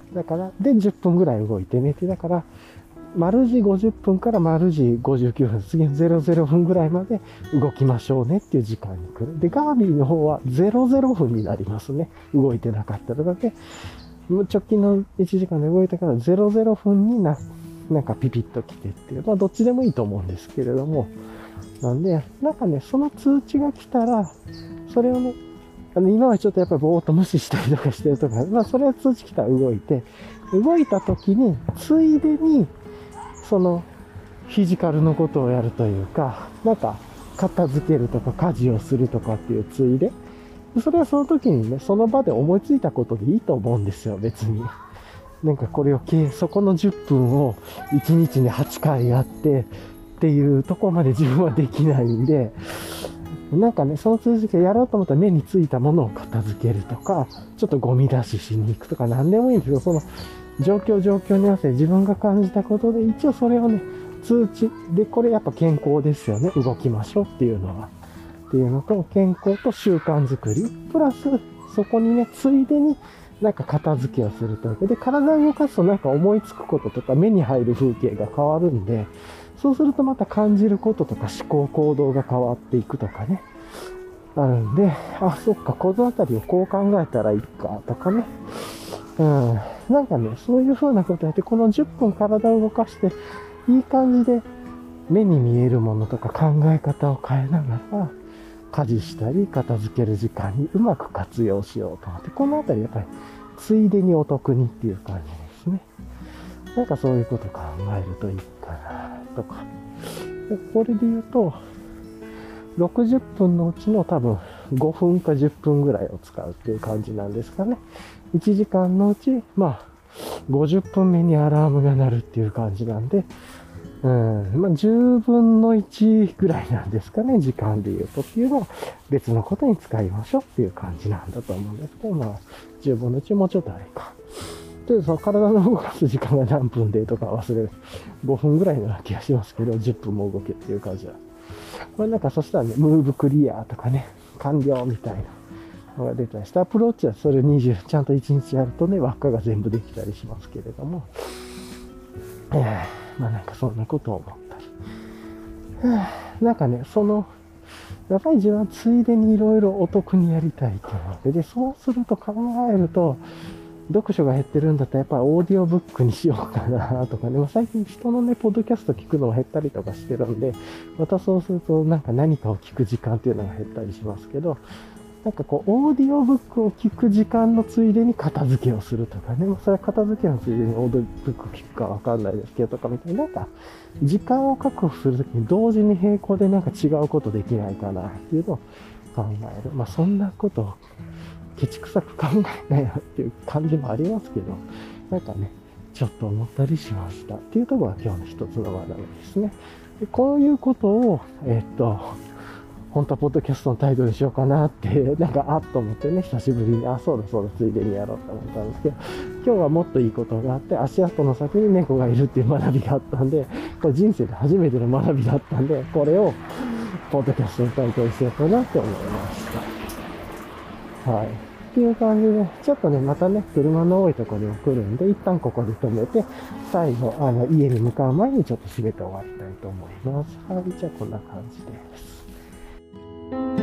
だから、で、10分ぐらい動いてねって、だから、丸時50分から丸時59分、次の00分ぐらいまで動きましょうねっていう時間に来る。で、ガービーの方は00分になりますね。動いてなかったのだけ。直近の1時間で動いたから00分になんかピピッと来てっていう。まあ、どっちでもいいと思うんですけれども。なんで、なんかね、その通知が来たら、それをね、今はちょっとやっぱりぼーっと無視したりとかしてるとか、まあそれは通知来たら動いて、動いた時に、ついでに、その、フィジカルのことをやるというか、なんか、片付けるとか家事をするとかっていうついで、それはその時にね、その場で思いついたことでいいと思うんですよ、別に。なんかこれをそこの10分を1日に8回やってっていうところまで自分はできないんで、なんかね、その通知でやろうと思ったら目についたものを片付けるとか、ちょっとゴミ出ししに行くとか何でもいいんですけど、その状況に合わせて自分が感じたことで、一応それをね、通知で、これやっぱ健康ですよね。動きましょうっていうのは。っていうのと、健康と習慣づくり。プラス、そこにね、ついでになんか片付けをするというか。で、体を動かすとなんか思いつくこととか目に入る風景が変わるんで、そうするとまた感じることとか思考行動が変わっていくとかね。あるんで、あ、そっか、このあたりをこう考えたらいいかとかね。なんかね、そういう風なことやって、この10分体を動かして、いい感じで目に見えるものとか考え方を変えながら、家事したり片付ける時間にうまく活用しようと思って、このあたりやっぱりついでにお得にっていう感じですね。なんかそういうことを考えるといいかなとか。でこれで言うと、60分のうちの多分5分か10分ぐらいを使うっていう感じなんですかね。1時間のうち、まあ、50分目にアラームが鳴るっていう感じなんで、まあ、10分の1ぐらいなんですかね、時間で言うとっていうのを別のことに使いましょうっていう感じなんだと思うんですけど、まあ、10分の1もうちょっとあれか。で、その体の動かす時間が何分でとか忘れる。5分ぐらいの気がしますけど、10分も動けっていう感じだ。これなんかそしたらね、ムーブクリアとかね、完了みたいなのが出たりして、アプローチはそれ20、ちゃんと1日やるとね、輪っかが全部できたりしますけれども、まあなんかそんなことを思ったり。なんかね、やっぱり自分はついでにいろいろお得にやりたいと思って、で、そうすると考えると、読書が減ってるんだったらやっぱりオーディオブックにしようかなとかね、最近人のね、ポッドキャスト聞くのが減ったりとかしてるんで、またそうするとなんか何かを聞く時間っていうのが減ったりしますけど、なんかこう、オーディオブックを聞く時間のついでに片付けをするとかね、それは片付けのついでにオーディオブックを聞くかわかんないですけどとかみたいな、なんか、時間を確保するときに同時に並行でなんか違うことできないかなっていうのを考える。まあそんなことをケチくさく考えないなっていう感じもありますけど、なんかね、ちょっと思ったりしましたっていうところが今日の一つの学びですね。でこういうことを、本当はポッドキャストのタイトルにしようかなって、なんかあっと思ってね、久しぶりに、そうだ、ついでにやろうと思ったんですけど、今日はもっといいことがあって、足跡の先に猫がいるっていう学びがあったんで、これ人生で初めての学びだったんで、これをポッドキャストのタイトルにしようかなって思いました。はい。っていう感じで、ちょっとね、またね、車の多いところにも来るんで、一旦ここで止めて、最後、家に向かう前にちょっと締めて終わりたいと思います。はい、じゃあこんな感じです。